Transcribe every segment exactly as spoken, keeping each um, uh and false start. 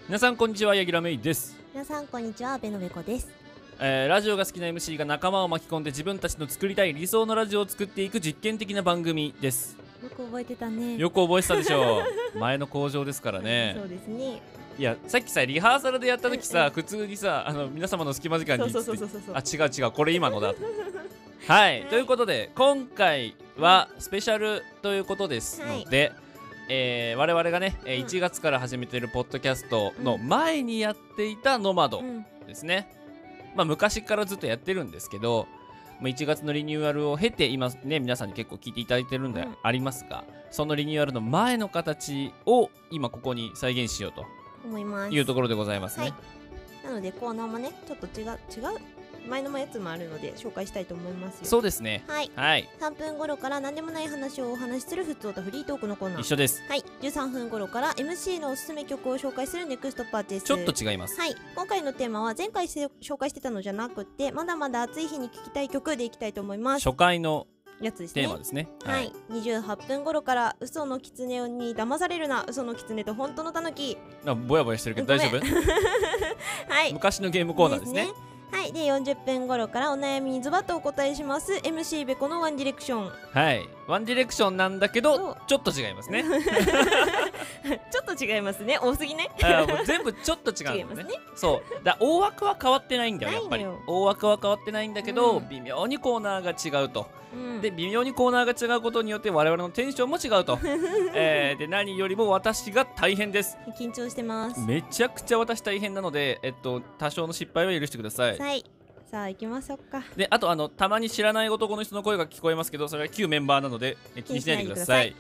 皆さんこんにちは、ヤギラメイです。 皆さんこんにちは、ベノベコです。 えー、ラジオが好きな エムシー が仲間を巻き込んで自分たちの作りたい理想のラジオを作っていく実験的な番組です。 よく覚えてたね。 よく覚えてたでしょう。前の向上ですからね。 そうですね。 いや、さっきさリハーサルでやった時さ、うんうん、普通にさ、あの皆様の隙間時間にそうそうそうそうそう、 あ、違う違う、これ今のだとはい、はい、ということで今回はスペシャルということですので、はい、えー、我々がね、うん、いちがつから始めているポッドキャストの前にやっていたノマドですね、うん、まあ昔からずっとやってるんですけど、いちがつのリニューアルを経て今ね皆さんに結構聞いていただいてるんでありますが、うん、そのリニューアルの前の形を今ここに再現しようと思いますいうところでございますね、はい、 なのでコーナーもねちょっと違う違う前のやつもあるので紹介したいと思いますよ。 そうですね、 はい、はい、さんぷん頃から何でもない話をお話しするふつおたフリートークのコーナー一緒です。 はい、じゅうさんぷん頃から エムシー のおすすめ曲を紹介するネクストパーティス。 ちょっと違います。 はい、今回のテーマは前回紹介してたのじゃなくてまだまだ暑い日に聴きたい曲でいきたいと思います。 初回のやつですね、 テーマですね。 はい、はい、にじゅうはっぷん頃から嘘の狐に騙されるな、嘘の狐と本当のタヌキ。 あ、ぼやぼやしてるけど大丈夫はい、昔のゲームコーナーですね。 はい、でよんじゅっぷん頃からお悩みにズバッとお答えします エムシー ベコのワンディレクション。 はい、ワンディレクションなんだけどちょっと違いますねちょっと違いますね、多すぎねあ、もう全部ちょっと違うんだね。違いますね。そうだ、大枠は変わってないんだよやっぱり。大枠は変わってないんだけど、うん、微妙にコーナーが違うと、うん、で微妙にコーナーが違うことによって我々のテンションも違うとえー、で何よりも私が大変です。 緊張してます。 めちゃくちゃ私大変なので、えっと多少の失敗は許してください。 はい、さあ行きましょうか。 で、あとあのたまに知らない男の人の声が聞こえますけど、それは旧メンバーなので気にしないでください。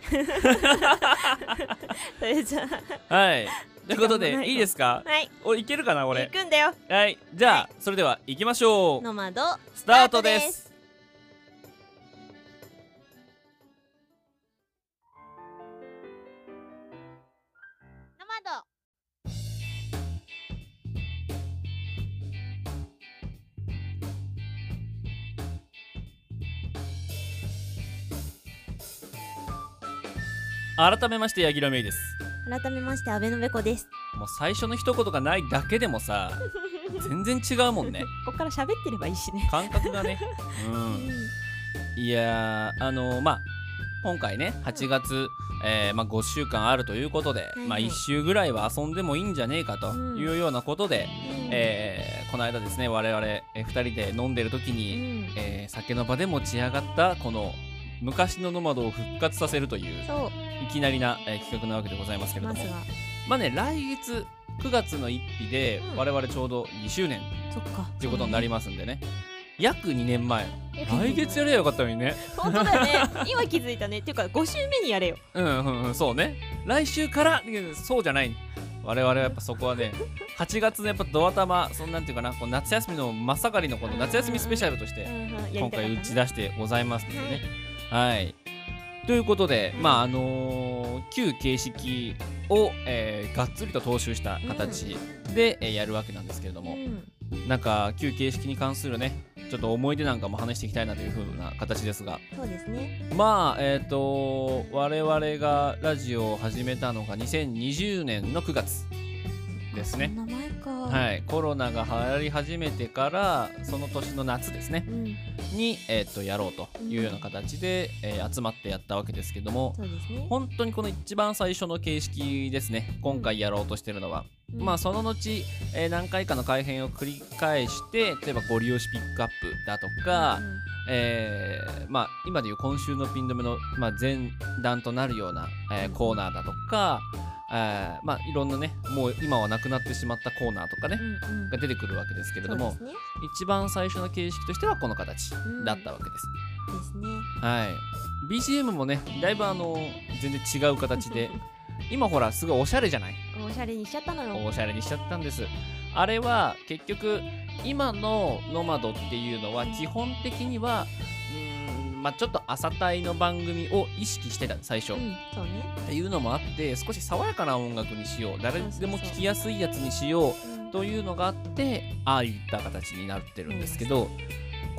それじゃあはいということでいいですか。 はい、 おいけるかな俺。 行くんだよ。 はい、じゃあ、はい、それでは行きましょう。 ノマドスタートです。 ノマド改めましてヤギラメイです。 改めまして阿部のべこです。 もう最初の一言がないだけでもさ全然違うもんねここから喋ってればいいしね、 感覚がねうん、いやー、あのー、まあ今回ねはちがつ、えーまあ、ごしゅうかんあるということで、はいはい、まあいっしゅうぐらいは遊んでもいいんじゃねえかというようなことで、うん、えー、この間ですね我々、えー、ふたりで飲んでる時に、うん、えー、酒の場で持ち上がったこの昔のノマドを復活させるといういきなりな、えー、企画なわけでございますけれども、まあね、来月くがつのいっぴで、うん、我々ちょうどにしゅうねんということになりますんでね、約にねんまえ。来月やればよかったのにね。 本当だよね今気づいたねっていうかごしゅうめにやれよ。 うんうんうん、そうね、来週からそうじゃない、我々はやっぱそこはねはちがつのやっぱドア玉、そんなんていうかな、こう夏休みの真っ盛りのこの夏休みスペシャルとして今回打ち出してございますのでね、はい、ということで、まああのー、旧形式を、えー、がっつりと踏襲した形で、うん、えー、やるわけなんですけれども、うん、なんか旧形式に関するねちょっと思い出なんかも話していきたいなという風な形ですが、 そうですね、 まあえっ、ー、と我々がラジオを始めたのがにせんにじゅうねんのくがつですね。 そんな前か。 はい、コロナが流行り始めてからその年の夏ですね、うん、に、えー、とやろうというような形で、うん、えー、集まってやったわけですけども、 そうですね、 本当にこの一番最初の形式ですね今回やろうとしてるのは、うん、まあその後、えー、何回かの改編を繰り返して、例えばゴリ押しピックアップだとか、うん、えー、まあ今でいう今週のピン止めの、まあ、前段となるような、えー、コーナーだとか、あまあいろんなねもう今はなくなってしまったコーナーとかね、うんうん、が出てくるわけですけれども、ね、一番最初の形式としてはこの形だったわけです、 うん、ですね。 はい、ビージーエム もねだいぶあの全然違う形で今ほらすごいおしゃれじゃない。 おしゃれにしちゃったのよ。 おしゃれにしちゃったんです。あれは結局今のノマドっていうのは基本的にはまあ、ちょっと朝帯の番組を意識してた最初、うん、そうね、っていうのもあって少し爽やかな音楽にしよう、誰でも聴きやすいやつにしようというのがあって、ああいった形になってるんですけど、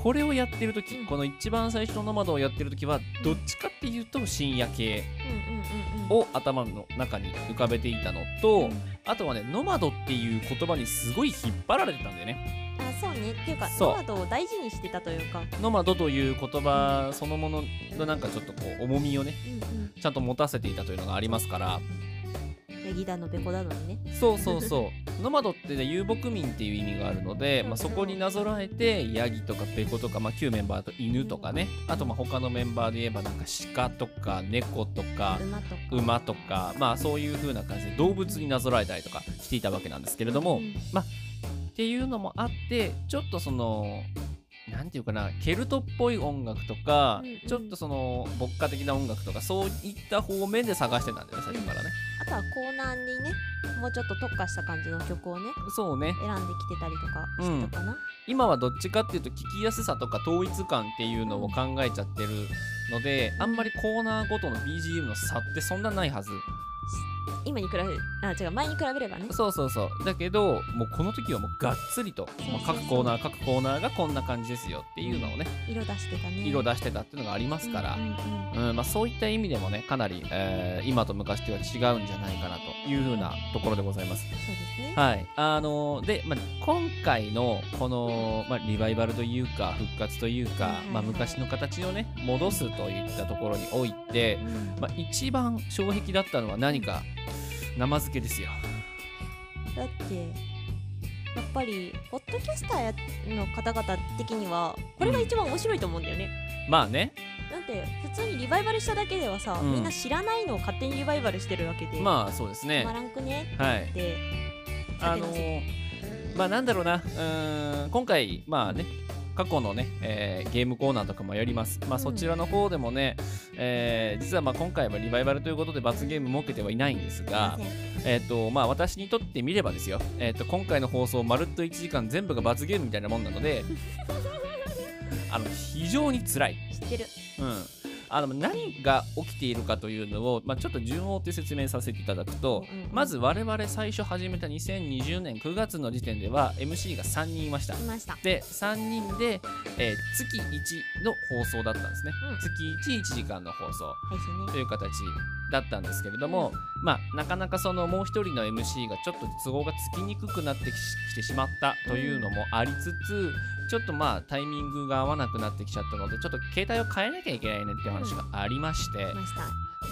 これをやってる時、うん、この一番最初のノマドをやってる時はどっちかっていうと深夜系を頭の中に浮かべていたのと、うん、あとはねノマドっていう言葉にすごい引っ張られてたんだよね。 あ、そうね。っていうかノマドを大事にしてたというか、 ノマドという言葉そのもののなんかちょっとこう重みをね、うんうん、ちゃんと持たせていたというのがありますから、 ヤギだのベコだのにね。 そうそうそうノマドってね遊牧民っていう意味があるので、まあ、そこになぞらえてヤギとかベコとか、まあ、旧メンバーと犬とかね、あとまあ他のメンバーで言えばなんか鹿とか猫とか馬とか馬とか、まあそういう風な感じで動物になぞらえたりとかしていたわけなんですけれども、うん、まあっていうのもあってちょっとそのなんていうかな、ケルトっぽい音楽とか、うんうん、ちょっとその牧歌的な音楽とかそういった方面で探してたんだよね最初からね。 あとはコーナーにねもうちょっと特化した感じの曲をねそうね選んできてたりとかしてたかな、うん、 今はどっちかっていうと聞きやすさとか統一感っていうのを考えちゃってるので、うん、あんまりコーナーごとの ビージーエム の差ってそんなないはず。 今に比べあ違う前に比べればね。 そうそうそう。だけどもうこの時はもうがっつりともう各コーナー各コーナーがこんな感じですよっていうのをね、 うん、色出してたね。 色出してたっていうのがありますから、うんうんうんうん、まあ、そういった意味でもねかなり、えー、今と昔では違うんじゃないかなというふうなところでございます。 そうですね。 はい。あのー、で、まあ、今回のこの、まあ、リバイバルというか復活というか、まあ、昔の形をね戻すといったところにおいて、うん、まあ、一番衝撃だったのは何か生漬けですよ。 だってやっぱりポッドキャスターの方々的にはこれが一番面白いと思うんだよね、 うん、まあね。 なんて普通にリバイバルしただけではさ、うん、みんな知らないのを勝手にリバイバルしてるわけで、 まあそうですね。 つまらんくねって、 はい、あのー、まあなんだろうな、うーん今回まあね過去のね、えー、ゲームコーナーとかもやります。まあそちらの方でもね、えー、実はまあ今回はリバイバルということで罰ゲーム設けてはいないんですが、えっとまあ私にとってみればですよ、えっと今回の放送まるっといちじかん全部が罰ゲームみたいなもんなのであの非常に辛い。 知ってる。 うん。あの何が起きているかというのを、まあ、ちょっと順を追って説明させていただくと、うんうんうん、まず我々最初始めたにせんにじゅうねんくがつの時点では エムシー がさんにんいました。 いました。 でさんにんで、えー、月いちの放送だったんですね、うん、月いち、いちじかんの放送という形だったんですけれども、うん、まあなかなかそのもう一人の エムシー がちょっと都合がつきにくくなってきてしまったというのもありつつ、ちょっとまあタイミングが合わなくなってきちゃったのでちょっと携帯を変えなきゃいけないねっていう話がありまして、うん、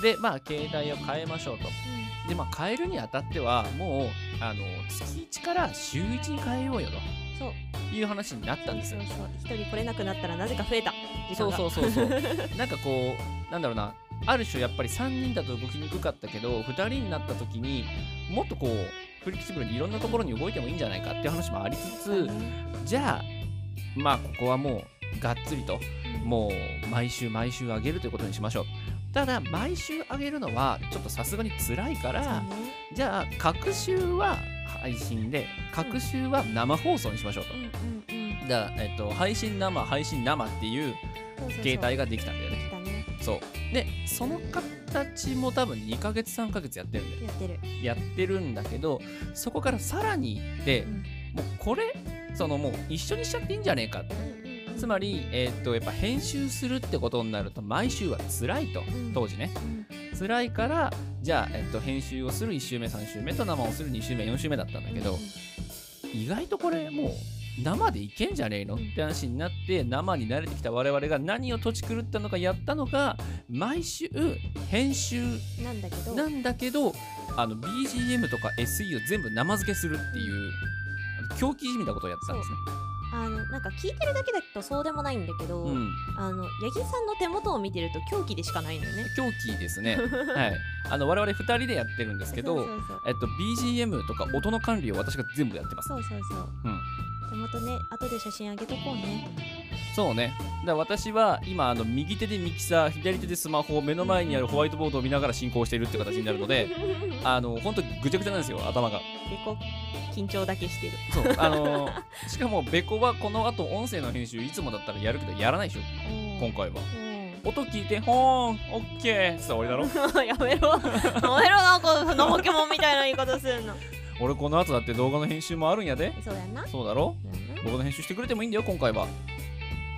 でまあ携帯を変えましょうと、うん、でまあ変えるにあたってはもうあの月いちから週いちに変えようよとそういう話になったんですよ。 そうそう一人来れなくなったらなぜか増えた時間が。 そうそうそうそうなんかこうなんだろうな、ある種やっぱりさんにんだと動きにくかったけどふたりになった時にもっとこうフレキシブルにいろんなところに動いてもいいんじゃないかっていう話もありつつ、うん、じゃあまあここはもうがっつりともう毎週毎週上げるということにしましょう。ただ毎週上げるのはちょっとさすがに辛いから、ね、じゃあ各週は配信で各週は生放送にしましょうと、うんうんうん、だから、えっと、配信生配信生っていう形態ができたんだよね。 そうそうそうね。 そうでその形も多分にかげつさんかげつやってるんだよ。 やってるやってるんだけどそこからさらに行って、うん、もうこれそのもう一緒にしちゃっていいんじゃねえかって、うんうん、つまり、えー、っとやっぱ編集するってことになると毎週は辛いと、うん、当時ね、うん、辛いからじゃあ、えー、っと編集をするいち週目さん週目と生をするに週目よん週目だったんだけど、うん、意外とこれもう生でいけんじゃねえのって話になって生に慣れてきた我々が何を土地狂ったのかやったのが毎週編集なんだけどなんだけどあの ビージーエム とか エスイー を全部生付けするっていう狂気じみたことをやってたんですね。 あのなんか聞いてるだけだとそうでもないんだけど、うん、あの八木さんの手元を見てると狂気でしかないんだよね。 狂気ですねはいあの我々ふたりでやってるんですけどそうそうそう、えっと、ビージーエム とか音の管理を私が全部やってます。 そうそうそう、うん、手元ね後で写真あげとこうね。 そうね。だから私は今あの右手でミキサー左手でスマホ目の前にあるホワイトボードを見ながら進行しているって形になるのであのほんとぐちゃぐちゃなんですよ頭が。 でこ緊張だけしてる。 そうあのー、しかもベコはこの後音声の編集いつもだったらやるけどやらないでしょ今回は。音聞いてほーんオッケーって終わりだろやめろやめろなんか怠け者みたいな言い方するの俺この後だって動画の編集もあるんやで。 そうやな。 そうだろ、動画の編集してくれてもいいんだよ今回は。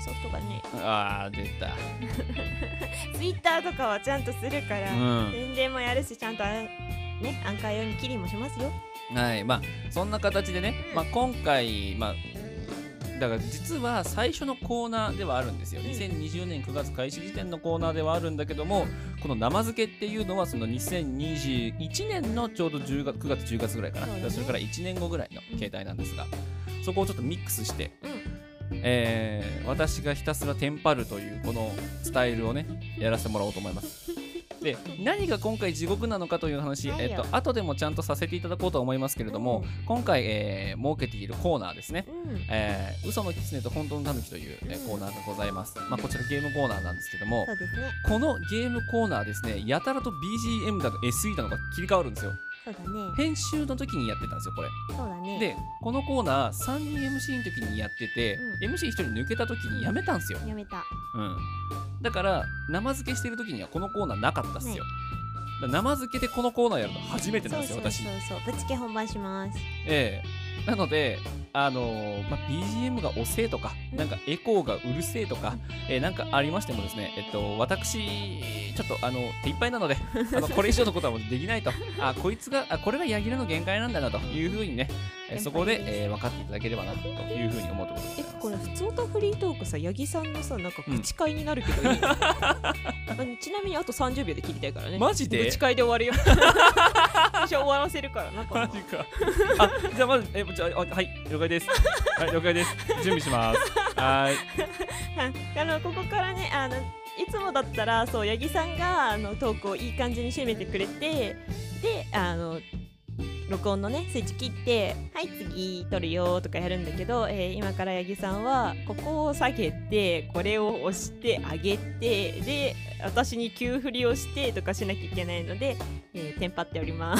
ソフトがね。 あー出た。 ツイッターとかはちゃんとするから、 うん宣伝もやるし、ちゃんとね、アンカー用にキリもしますよ。 はい、まあそんな形でね、まあ、今回、まあ、だから実は最初のコーナーではあるんですよ。にせんにじゅうねんくがつ開始時点のコーナーではあるんだけども、この生漬けっていうのはそのにせんにじゅういちねんのちょうどじゅうがつくがつじゅうがつぐらいかな。 そうだねだからそれからいちねんごぐらいの携帯なんですが、そこをちょっとミックスして、 うんえー私がひたすらテンパるというこのスタイルをねやらせてもらおうと思います。で、何が今回地獄なのかという話、 はいよえっと後でもちゃんとさせていただこうと思いますけれども、 うん今回、えー設けているコーナーですね、 うんえー嘘の狐と本当の狸という、ねうんコーナーがございます。まあ、こちらゲームコーナーなんですけども、 そうですね。 このゲームコーナーですね、やたらと ビージーエム だと エスイー だのが切り替わるんですよ。 そうだね。 編集の時にやってたんですよこれ。 そうだね。 でこのコーナーさんにん エムシー の時にやってて、 うんエムシーひとり抜けた時にやめたんですよ。 やめた。 うん、だから生漬けしてる時にはこのコーナーなかったっすよ。 ねだから生漬けでこのコーナーやるの初めてなんですよ私。 そうそうそうそう。ぶっつけ本番します。 ええなのであのーまあ、ビージーエム が遅えとか、 うんなんかエコーがうるせえとか、えーなんかありましてもですね、えっと、私、ちょっとあの手いっぱいなので、あのこれ以上のことはもうできないと、あ、こいつが、あ、これが柳楽の限界なんだなというふうにね、えーそこで、えー分かっていただければなというふうに思うところでございます。 え、これ普通とフリートークさ、八木さんのさ、なんか口会になるけどいいの、あのちなみにあとさんじゅうびょうで切りたいからね。 マジで口会で終わるよ。一応終わらせるからな。このマジか。あ、じゃあまず、え、じゃあ、あはい、了解です。はい、了解です。準備します。はーい。 あのここからね、あのいつもだったらそう八木さんがあのトークをいい感じに締めてくれて、であの録音のねスイッチ切って「はい次撮るよ」とかやるんだけど、えー今から八木さんはここを下げてこれを押して上げてで私に急振りをしてとかしなきゃいけないので、えーテンパっております。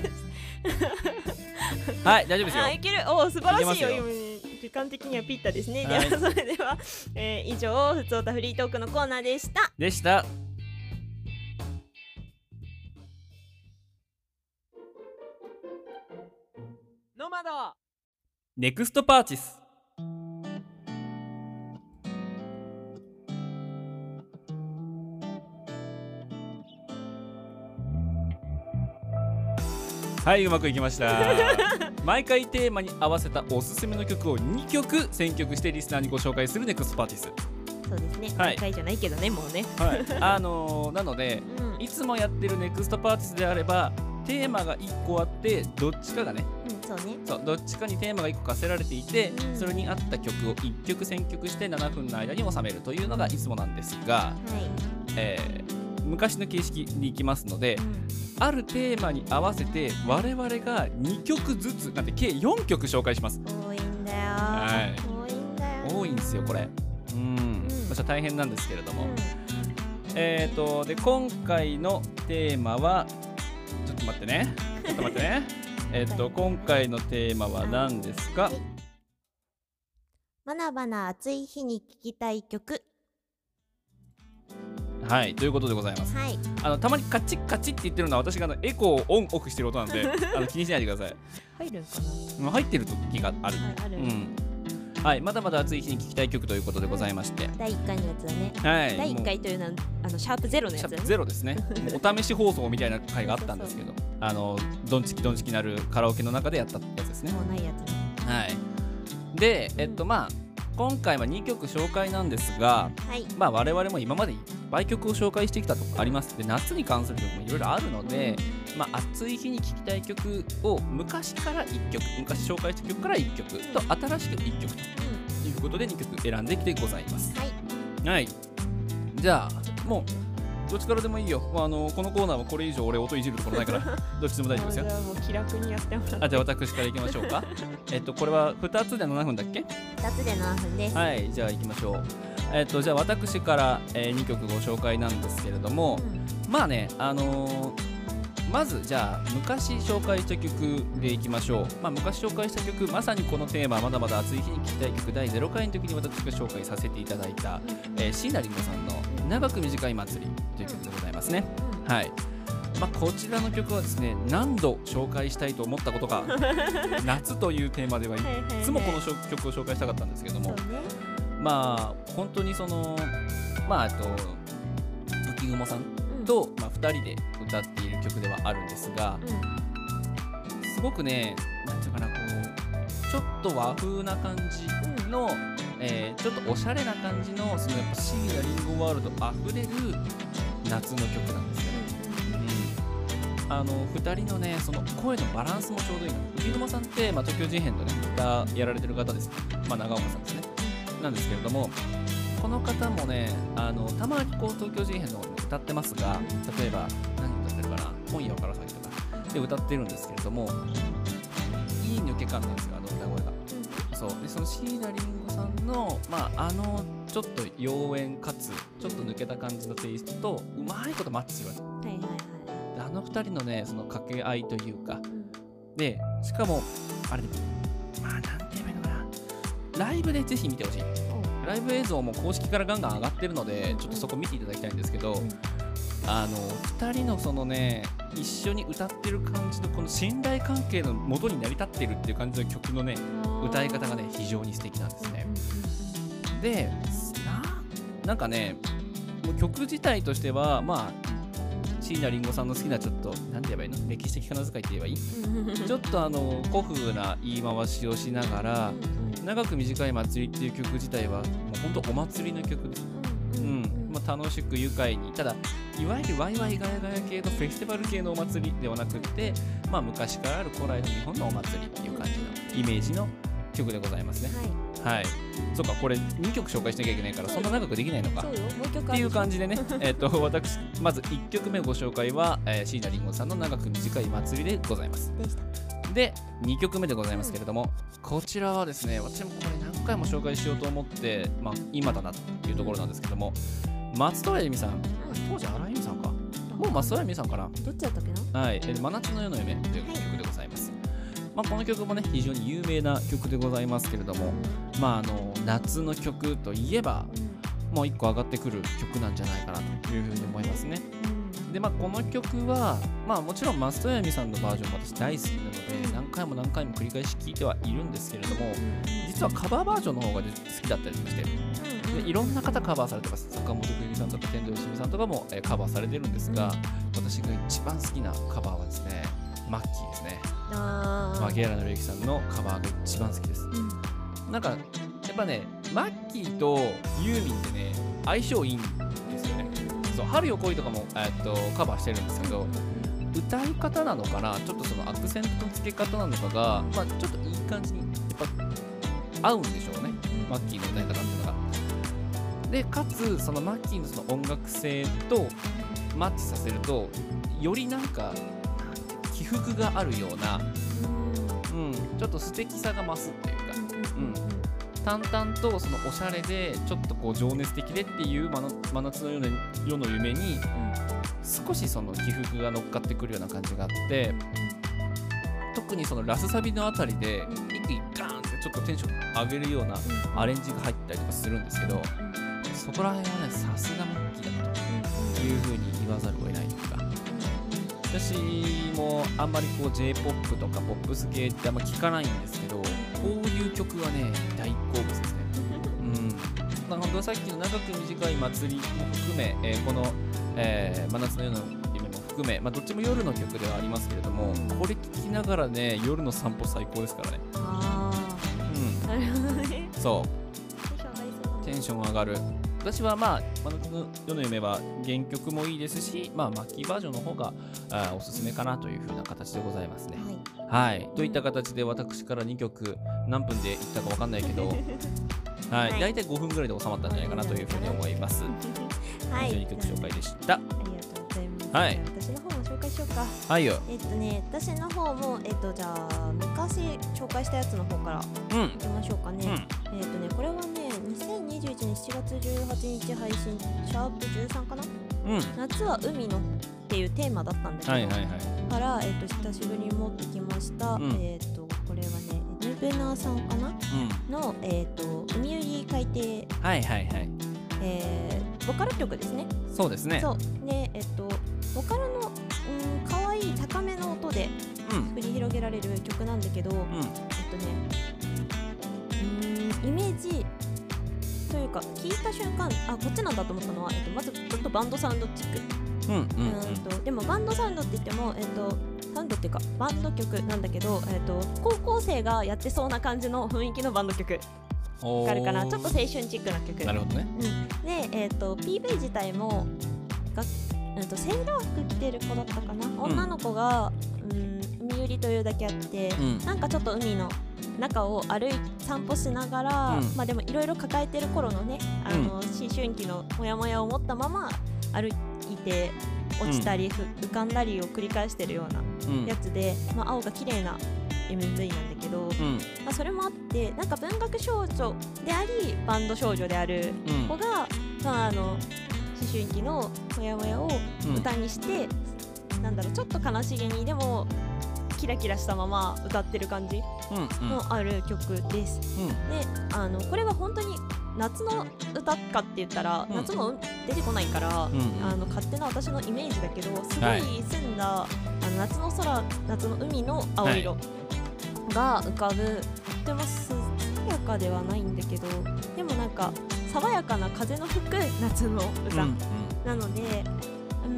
はい、大丈夫ですよ。 あ、いける。おー素晴らしいよ。 いけます今時間的にはピッタですね。 はいではそれでは、えー以上ふつおたフリートークのコーナーでした。 でした。 ノマドネクストパーチス。はい、うまくいきました毎回テーマに合わせたおすすめの曲をにきょく選曲してリスナーにご紹介するネクストパーティス。 そうですね。 はい毎回じゃないけどね、もうね。 はいあのー、なのでうん、 いつもやってるネクストパーティスであればテーマがいっこあってどっちかがねうん、そうね。 そうどっちかにテーマがいっこ課せられていて、 うんそれに合った曲をいっきょく選曲してななふんの間に収めるというのがいつもなんですが、 はい。 えー昔の形式に行きますので、 うんあるテーマに合わせて我々がにきょくずつなんで計よんきょく紹介します。 多いんだよ。 はい多いんだよ。 多いんですよこれ。うん、まあちょっと大変なんですけれども、 うんえーとで今回のテーマはちょっと待ってねちょっと待ってねえっと今回のテーマは何ですか？ まなばな暑い日に聴きたい曲。 はいということでございます。 はい。 あのたまにカチッカチッって言ってるのは私があのエコーをオンオフしてる音なんであの気にしないでください。 入るんかな。 もう入ってる時がある。 あある。 うんはいまだまだ暑い日に聴きたい曲ということでございまして、 だいいっかいのやつだね。 はいだいいっかもいというのはあのシャープゼロのうシャープやつだね。 ゼロですねもうお試し放送みたいな回があったんですけどあのドンチキドンチキなるカラオケの中でやったやつですね。 もうないやつね。 はいでえっとまあ今回はにきょく紹介なんですが、 はい。 まあ我々も今までいっぱい曲を紹介してきたとこあります。で夏に関する曲もいろいろあるので、まあ暑い日に聴きたい曲を昔からいっきょく昔紹介した曲からいっきょくと新しくいっきょくということでにきょく選んできてございます。 はい。 はいじゃあもうどっちからでもいいよ。まあ、あのこのコーナーはこれ以上俺音いじるところないからどっちでも大丈夫ですよ。 じゃあもう気楽にやってもらって。 あじゃあ私からいきましょうかえっとこれはふたつでななふんだっけ？ ふたつでななふんです。 はいじゃあ行きましょう。えっとじゃあ私から、えー、にきょくご紹介なんですけれども、 うんまあねあのーまずじゃあ昔紹介した曲でいきましょう。まあ昔紹介した曲まさにこのテーマまだまだ暑い日に聴きたい曲だいゼロかいの時に私が紹介させていただいた、えー、椎名林檎さんの長く短い祭りという曲でございますね。はいまあ、こちらの曲はですね何度紹介したいと思ったことか夏というテーマではいはいはいはいつもこの曲を紹介したかったんですけどもそうね。 まあ本当にそのまああと浮雲さんと、うんまあ、ふたりで歌っている曲ではあるんですが、うん、すごくねなんていうかなこうちょっと和風な感じの、うんえー、ちょっとおしゃれな感じのそのやっぱシーナリンゴワールドあふれる夏の曲なんですよね。うん、あのふたりのねその声のバランスもちょうどいいの。浮雲さんって、まあ、東京事変のね歌やられてる方です。まあ、長岡さんですね。なんですけれどもこの方もねあのたまにこう東京事変の方で歌ってますが、例えば何歌ってるかな今夜から先とかで歌ってるんですけれどもいい抜け感なんですよあの歌声が。そうでそのシーナリンゴさんの、まあ、あのちょっと妖艶かつちょっと抜けた感じのテイストとうまいことマッチするわけ、はいはいはい、であのふたりのねその掛け合いというか、うん、でしかもあれまあなんて言えばいいのかなライブでぜひ見てほしい。ライブ映像も公式からガンガン上がってるのでちょっとそこ見ていただきたいんですけど、うん、あのふたりのそのね一緒に歌ってる感じのこの信頼関係の元に成り立っているっていう感じの曲のね歌い方がね非常に素敵なんですね。で な, なんかねもう曲自体としてはまあ椎名林檎さんの好きなちょっとなんて言えばいいの歴史的仮名遣いって言えばいいちょっとあの古風な言い回しをしながら長く短い祭りっていう曲自体はもう本当お祭りの曲です。うんまあ、楽しく愉快にただいわゆるワイワイガヤガヤ系のフェスティバル系のお祭りではなくって、まあ、昔からある古来の日本のお祭りっていう感じのイメージの曲でございますね。はい、はい、そうかこれにきょく紹介しなきゃいけないからそんな長くできないのかっていう感じでねえっと私まずいっきょくめご紹介は、えー、椎名林檎さんの長く短い祭りでございますでしたでにきょくめでございますけれども、うん、こちらはですね私もこれ何回も紹介しようと思って、まあ、今だなっていうところなんですけども松任谷由実さん、うん、当時荒井由実さんかもう松任谷由実さんかなどっちだったっけなはい、 えー、真夏の夜の夢という曲でございます、はいまあ、この曲もね非常に有名な曲でございますけれども、まあ、あの夏の曲といえば、うん、もう一個上がってくる曲なんじゃないかなというふうに思いますね、うん、でまあこの曲はまあもちろん松任谷由実さんのバージョンも私大好きなので何回も何回も繰り返し聴いてはいるんですけれども実はカバーバージョンの方が好きだったりしてでいろんな方カバーされてます。坂本冬美さんとか天童よしみさんとかも、えー、カバーされてるんですが私が一番好きなカバーはですねマッキーですね。あ萩原紀之さんのカバーが一番好きです、うん、なんかやっぱねマッキーとユーミンってね相性いいんですよね。そう春よ来いとかも、えー、っとカバーしてるんですけど歌い方なのかなちょっとそのアクセントの付け方なのかが、まあ、ちょっといい感じにやっぱ合うんでしょうねマッキーの歌い方っていうのがでかつそのマッキーのその音楽性とマッチさせるとよりなんか起伏があるような、うん、ちょっと素敵さが増すっていうか、うん、淡々とそのおしゃれでちょっとこう情熱的でっていう真夏の夜の、夜の夢に、うん、少しその起伏が乗っかってくるような感じがあって特にそのラスサビのあたりで一気にガーンってちょっとテンション上げるようなアレンジが入ったりとかするんですけどそこら辺はねさすがマッキーだなというふうに言わざるを得ないというか私もあんまりこう J-ポップ とかポップス系ってあんま聞かないんですけどこういう曲はね大好物ですね。うんまあ、本当さっきの長く短い祭りも含め、えー、この、えー、真夏の夜の夢も含め、まあ、どっちも夜の曲ではありますけれどもこれ聴きながらね夜の散歩最高ですからね。ああ、うん、なるほどね。そうテンション上がる。私はまあ真夏の夜の夢は原曲もいいですし、まあ、マッキーバージョンの方があおすすめかなという風な形でございますね。はい、はい、といった形で私からにきょく何分でいったか分かんないけど、はい、はい、大体ごふんぐらいで収まったんじゃないかなという風に思います。はい、以上にきょく紹介でした。ありがとうございます。はい、私の方も紹介しようか。はいよ。えっとね私の方もえっとじゃあ昔紹介したやつの方からいきましょうかね。うん、えっとねこれはねにせんにじゅういちねんしちがつじゅうはちにち配信シャープじゅうさんかな、うん、夏は海のっていうテーマだったんだけど、はいはいはい、から、えー、と久しぶりに持ってきました、うん、えー、とこれはねヌベナーさんかな、うん、の、えー、と海より海底、はいはいはい、えー、ボカロ曲ですね。そうですね。そうで、えー、とボカロの、うん、かわいい高めの音で繰り広げられる曲なんだけど、うん、えっとねうんイメージというか聞いた瞬間あこっちなんだと思ったのは、えっと、まずちょっとバンドサウンドチック、 うんうんうんとでもバンドサウンドって言っても、えっと、サウンドっていうかバンド曲なんだけど、えっと、高校生がやってそうな感じの雰囲気のバンド曲おーがあるかな。ちょっと青春チックな曲。 なるほどね。 うん、で、えっと ピーブイ 自体もが、うん、とセーラー服着てる子だったかな、女の子が、うん、海寄りというだけあって、 うん、 なんかちょっと海の中を歩い散歩しながら、 うんまあでもいろいろ抱えてる頃のね、あの、思春期のモヤモヤを持ったまま歩いて落ちたり、うん、浮かんだりを繰り返してるようなやつで、うんまあ、青が綺麗な エムブイ なんだけど、うんまあ、それもあってなんか文学少女でありバンド少女である子が、うんまあ、あの思春期のモヤモヤを歌にして、うん、なんだろうちょっと悲しげにでもキラキラしたまま歌ってる感じのある曲です、うんうん、であのこれは本当に夏の歌かって言ったら、うん、夏も出てこないから、うんうん、あの勝手な私のイメージだけどすごい澄んだ、はい、あの夏の空夏の海の青色が浮かぶ、はい、とても涼やかではないんだけどでもなんか爽やかな風の吹く夏の歌、うんうん、なので、うん、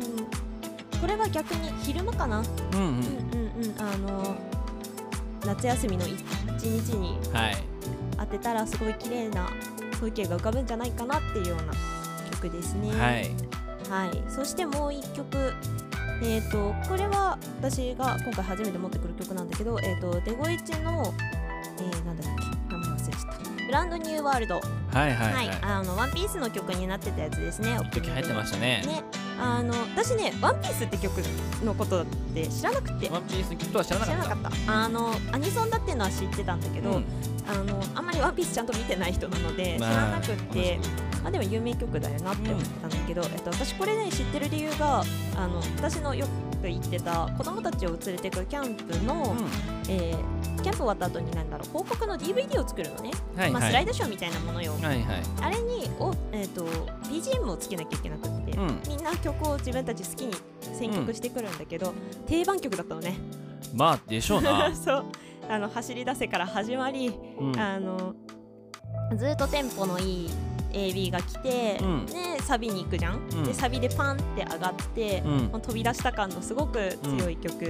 これは逆に昼間かな、うんうんうんうん、あの夏休みの一日に当てたらすごい綺麗な風景が浮かぶんじゃないかなっていうような曲ですね。はい、はい、そしてもう一曲、えーと、これは私が今回初めて持ってくる曲なんだけど、えーと、デゴイチの、えー、なんだっけ名前忘れちゃったブランドニューワールド、はいはいはいはい、あのワンピースの曲になってたやつですね。 一時入ってましたね。ねあの私ねワンピースって曲のことって知らなくてワンピースの曲とは知らなかった。知らなかったあのアニソンだっていうのは知ってたんだけど、うん、あのあんまりワンピースちゃんと見てない人なので知らなくて、まあ、でも有名曲だよなって思ってたんだけど、うんえっと、私これね知ってる理由があの私のよく行ってた子供たちを連れてくキャンプの、うんえー、キャンプ終わった後になんだろう広告の ディーブイディー を作るのね、はいはいまあ、スライドショーみたいなものよ、はいはい、あれにお、えー、と ビージーエム をつけなきゃいけなくって、うん、みんな曲を自分たち好きに選曲してくるんだけど、うん、定番曲だったのね。 まあでしょうなそうあの走り出せから始まり、うん、あのずっとテンポのいい エービー が来て、うん、でサビに行くじゃん、うん、でサビでパンって上がって、うん、飛び出した感のすごく強い曲、うん、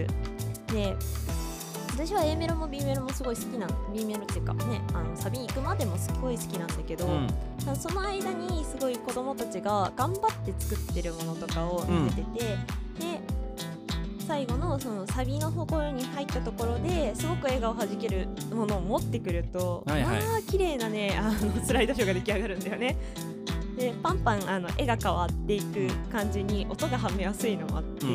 で私は A メロも B メロもすごい好きな B メロっていうかねあのサビに行くまでもすごい好きなんだけど、うん、その間にすごい子供たちが頑張って作ってるものとかを見せてて、うん、で最後のそのサビのところに入ったところですごく笑顔はじけるものを持ってくると、はいはい、まあ綺麗なねあのスライドショーが出来上がるんだよね。でパンパンあの絵が変わっていく感じに音がはめやすいのもあって、うん、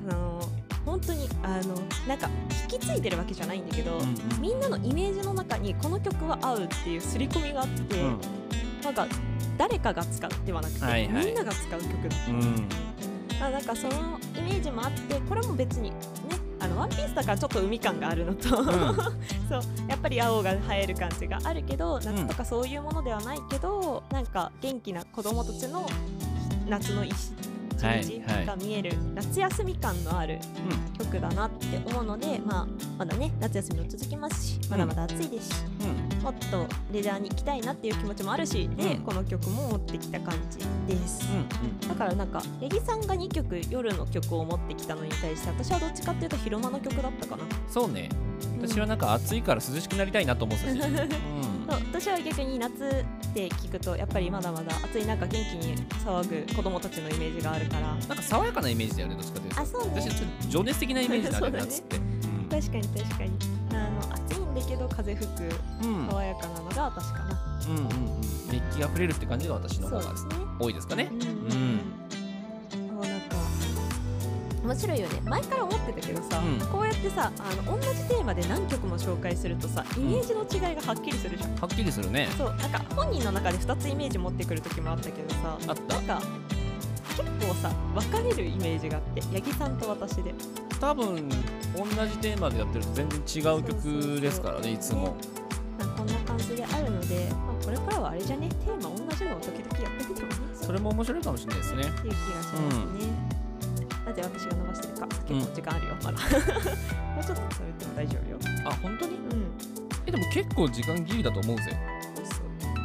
あの本当にあのなんか引き継いでるわけじゃないんだけど、うんうん、みんなのイメージの中にこの曲は合うっていう刷り込みがあって、うん、なんか誰かが使うではなくて、はいはい、みんなが使う曲だった、うんなんかそのイメージもあってこれも別にねあのワンピースだからちょっと海感があるのと、うん、そうやっぱり青が映える感じがあるけど夏とかそういうものではないけど、うん、なんか元気な子供たちの夏の一日が見える、はいはい、夏休み感のある曲だなって思うので、まあ、まだね夏休みも続きますしまだまだ暑いですし、うん、もっとレジャーに行きたいなっていう気持ちもあるしで、うん、この曲も持ってきた感じです、うんうん、だからなんか八木さんがにきょく夜の曲を持ってきたのに対して私はどっちかっていうと昼間の曲だったかな。 そうね私はなんか暑いから涼しくなりたいなと思ってたし、うん、そう私は逆に夏って聞くとやっぱりまだまだ暑い中元気に騒ぐ子供たちのイメージがあるからなんか爽やかなイメージだよねどっちかというと。あそうね私はちょっと情熱的なイメージだね夏って、ねうん、 確かに確かにあの暑いんだけど風吹く爽やかなのが私かな、 うんうんうんうん、熱気が触れるって感じが私の方が、ね、多いですかね。うん、うんうん面白いよね前から思ってたけどさ、うん、こうやってさあの同じテーマで何曲も紹介するとさイメージの違いがはっきりするじゃん、うん、 はっきりするね。 そうなんか本人の中でふたつイメージ持ってくる時もあったけどさあったなんか結構さ分かれるイメージがあって八木さんと私で多分同じテーマでやってると全然違う曲ですからねいつも、ね、 なんかこんな感じであるので、まあ、これからはあれじゃねテーマ同じのを時々やってみてもねそれも面白いかもしれないですねっていう気がしますね、うん、なぜ私が伸ばしてるか結構時間あるよ、うん、まだもうちょっと喋っても大丈夫よ。 あ本当に、うん、えでも結構時間ギリだと思うぜ。そ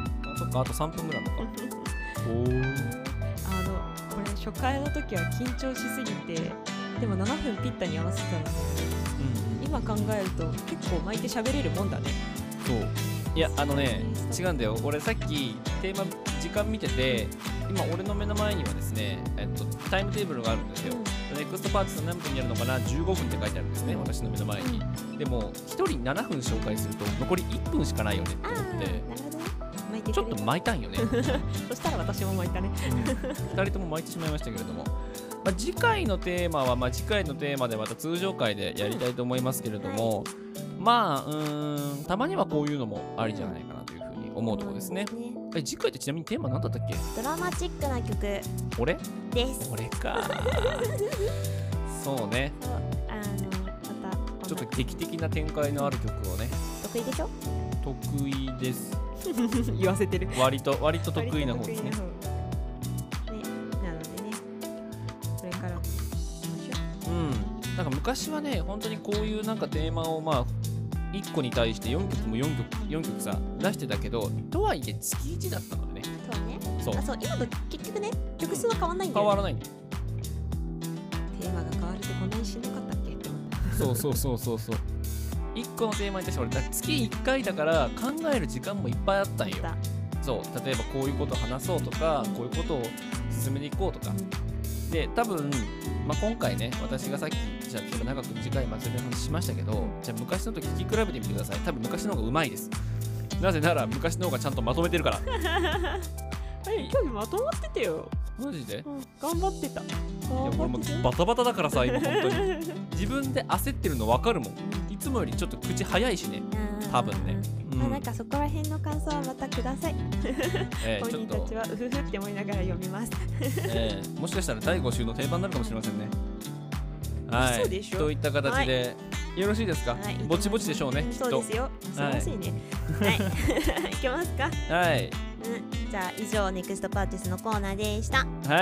かあとさんぷんぐらいあるのかおーあのこれ初回の時は緊張しすぎてでもななふんぴったに合わせてたので、 うんうん、 今考えると結構巻いて喋れるもんだね。 そういやあのね違うんだよ。俺さっきテーマ時間見てて今俺の目の前にはですね、えっと、タイムテーブルがあるんですよ、うん、ネクストパーティス何分にやるのかなじゅうごふんって書いてあるんですね、うん、私の目の前に。でもひとりななふん紹介すると残りいっぷんしかないよねって思ってなるほど巻いてちょっと巻いたんよねそしたら私も巻いたね、 うん、ふたりとも巻いてしまいましたけれども、まあ、次回のテーマは、まあ、次回のテーマでまた通常回でやりたいと思いますけれども、うん、まあうーんたまにはこういうのもありじゃないかなというふうに思うところですね。え次回ってちなみにテーマ何だったっけ？ ドラマチックな曲俺です俺かそうねそうあのまたちょっと劇的な展開のある曲をね得意でしょ？ 得意です言わせてる割と割と得意な方ですね。 ね、なのでねこれから行きましょう。 うんなんか昔はね本当にこういうなんかテーマをまあいっこに対してよんきょくもよんきょく、よんきょくさ出してたけどとはいえ月いちだったのでね。 そうねそうあそう今と結局ね曲数は変わんないんだよ、ね、 変わらないんだよ。 テーマが変わるってこんなにしんどかったっけって思ったそうそうそうそうそういっこのテーマに対して俺だ月いっかいだから考える時間もいっぱいあったんよ。そう例えばこういうことを話そうとか、うん、こういうことを進めていこうとか、うん、で多分、まあ、今回ね私がさっきじゃあ長く短い祭りの話しましたけど、うん、じゃあ昔のと聞き比べてみてください。多分昔の方がうまいです。なぜなら昔の方がちゃんとまとめてるから。 今日まとまっててよ。 マジで、 うん、頑張ってた。いや俺もバタバタだからさ今本当に自分で焦ってるの分かるもん。いつもよりちょっと口早いしね多分ね、 うん、まあなんかそこら辺の感想はまたください。 えー、 本人たちはうふふって思いながら読みます。 えー、もしかしたらだいご週の定番になるかもしれませんね。はい、 そうでしょ。 といった形で、はい、よろしいですか、はい、ぼちぼちでしょうね、きっと。 そうですよ、素晴らしいね。はい、いけますか。 はい、 うん、じゃあ以上ネクストパーティスのコーナーでした。 はい。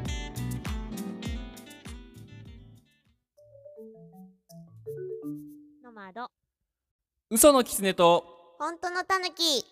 ノマド嘘のキツネと本当のタヌキ。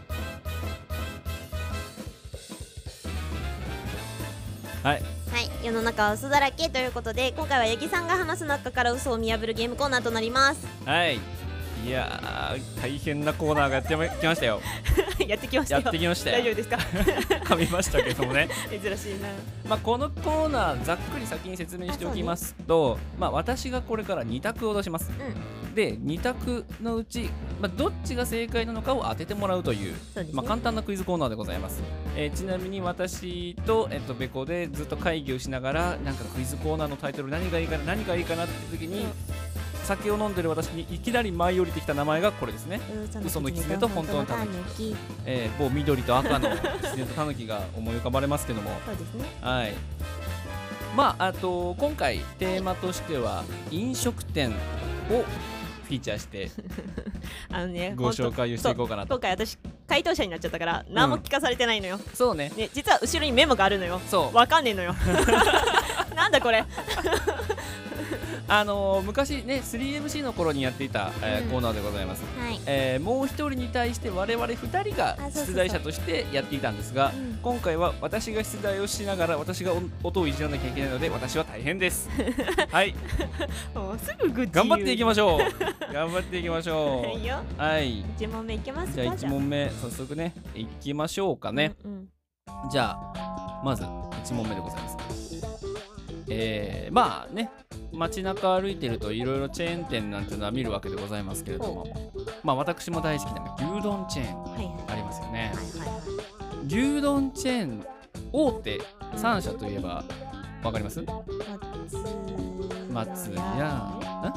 はい、 はい、世の中は嘘だらけということで今回は八木さんが話す中から嘘を見破るゲームコーナーとなります。 はい、いやー大変なコーナーがやってきましたよ。 やってきましたよ。 やってきましたよ。 大丈夫ですか。 噛みましたけどもね。 珍しいな。 まあこのコーナーざっくり先に説明しておきますと、ね、まあ私がこれからに択を出します。うん、でに択のうち、まあ、どっちが正解なのかを当ててもらうという、 そうですね、 まあ簡単なクイズコーナーでございます。えー、ちなみに私とえっとベコでずっと会議をしながらなんかクイズコーナーのタイトル何がいいかな何がいいかなって時に。うん、酒を飲んでる私にいきなり舞い降りてきた名前がこれですね。嘘のキツネと本当のタヌキ。えー、某緑と赤のキツネとタヌキが思い浮かばれますけども。 そうですね。 はい。まああと今回テーマとしては飲食店をフィーチャーしてあのねご紹介をしていこうかなと。 今回私回答者になっちゃったから何も聞かされてないのよ。 うん、そうね。 ね実は後ろにメモがあるのよ。 そう。 わかんねえのよ。なんだこれ。 あのー、昔ね スリーエムシー の頃にやっていた、えーうん、コーナーでございます。はい、えー、もう一人に対して我々ふたりが出題者としてやっていたんですが、今回は私が出題をしながら私が音をいじらなきゃいけないので私は大変です。はい。 もうすぐ愚痴頑張っていきましょう。頑張っていきましょう。 はいよ。 はい。 いち問目いけますか。 じゃあいち問目早速ねいきましょうかね。うんうん、じゃあまずいち問目でございます。えー、まあね街中歩いてるといろいろチェーン店なんていうのは見るわけでございますけれども、まあ私も大好きな牛丼チェーンありますよね。牛丼チェーン大手さん社といえばわかります？松屋、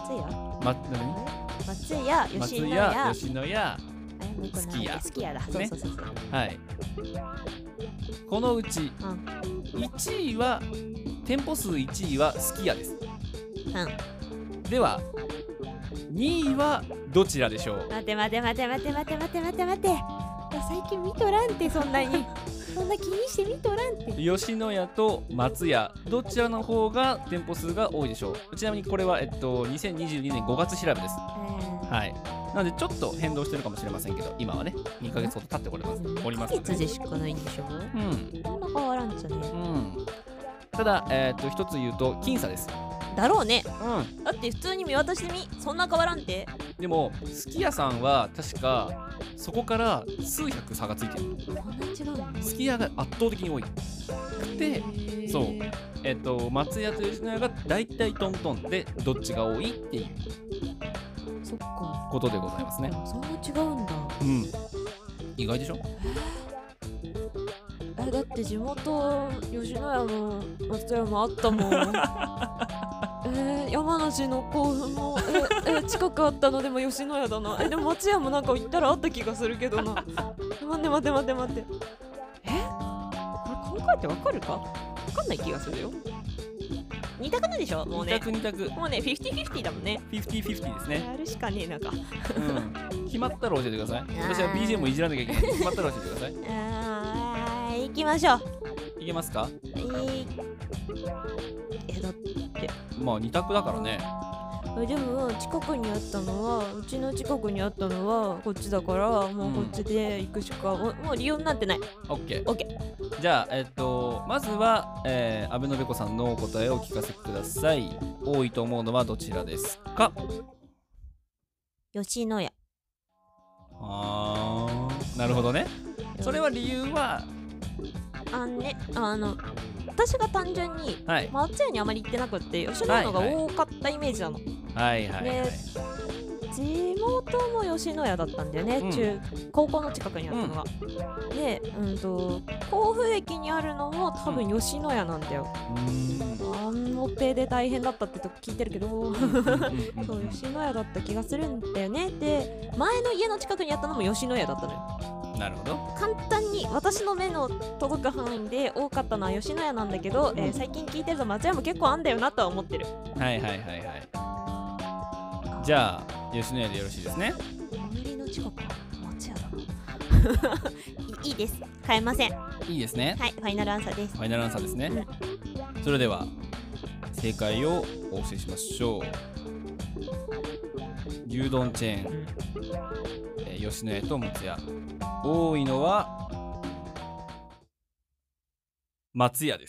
松屋、吉野家、 吉野家、すき家、 すき家だ。 ね。はい。このうちいちいは店舗数いちいはすき家です。うん、ではにいはどちらでしょう。 待て待て待て待て待て待て待て待て最近見とらんってそんなにそんな気にして見とらんって。 吉野家と松屋どちらの方が店舗数が多いでしょう。ちなみにこれは、えっと、にせんにじゅうにねんごがつ調べです。はい。 なのでちょっと変動してるかもしれませんけど、今はねにかげつほど経っておりますおりますのいっかげつでしかないんでしょ。 うんそんな変わらんじゃね。 うんただえっと一つ言うと僅差です。 だろうね。 うんだって普通に見渡してみ、そんな変わらんて。 でもすき家さんは確かそこから数百差がついてる。 こんなに違うの。 すき家が圧倒的に多いで、そうえっと松屋と吉野家がだいたいトントンでどっちが多いっていうそっか。 ことでございますね。 そんな違うんだ。 うん意外でしょ。 えだって地元吉野家の松屋もあったもん。えー、山梨の甲府もええ近くあったのでも吉野家だな。えでも松屋もなんか行ったらあった気がするけどな。待って待って待って待って。えこれ考えてわかるか。わかんない気がするよ。二択なんでしょもうね。 二択二択もうねフィフティフィフティだもんね。 フィフティフィフティですね。 やるしかねえなんか。 うん決まったら教えてください。私は ビージーエム をいじらなきゃいけない。決まったら教えてください。 あー行きましょう。 いけますか。 えー、えだってまあ二択だからね。 あでも近くにあったのはうちの近くにあったのはこっちだからもうこっちで行くしか、うん、もうもう理由になってない。 オッケーオッケー。 じゃあえっとまずは、えー、阿部のべこさんのお答えをお聞かせください。多いと思うのはどちらですか。 吉野家。 あーなるほどね。それは理由はあのねあの私が単純にはい松屋にあまり行ってなくって吉野家のが多かったイメージなの。 はいはいはい、 で地元も吉野家だったんだよね、 うん中高校の近くにあったのが、うん、で、うんと甲府駅にあるのも多分吉野家なんだよ。 うーんあのペで大変だったってとこ聞いてるけどそう吉野家だった気がするんだよね。で前の家の近くにあったのも吉野家だったのよ。 なるほど。 簡単に私の目の届く範囲で多かったのは吉野家なんだけど、 うんえー最近聞いてると松屋も結構あんだよなとは思ってる。 はいはいはいはい。じゃあ吉野家でよろしいですね。 最寄りの近くは松屋だないいいです変えません。 いいですね。 はいファイナルアンサーです。 ファイナルアンサーですね。それでは正解をお教えしましょう。牛丼チェーン、えー吉野家と松屋、多いのは松屋です。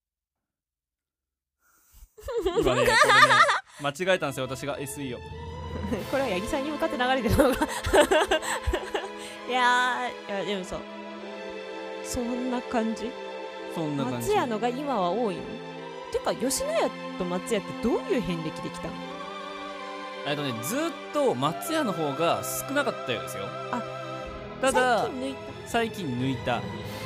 今ねこれね間違えたんですよ私が エスイー を。 これは八木さんに向かって流れてるのがいやーいやでもさそんな感じ。 そんな感じ。 松屋のが今は多いの。てか吉野家と松屋ってどういう遍歴できたの。 えっとねずーっと松屋の方が少なかったようですよ。 あただ最近抜い最近抜いた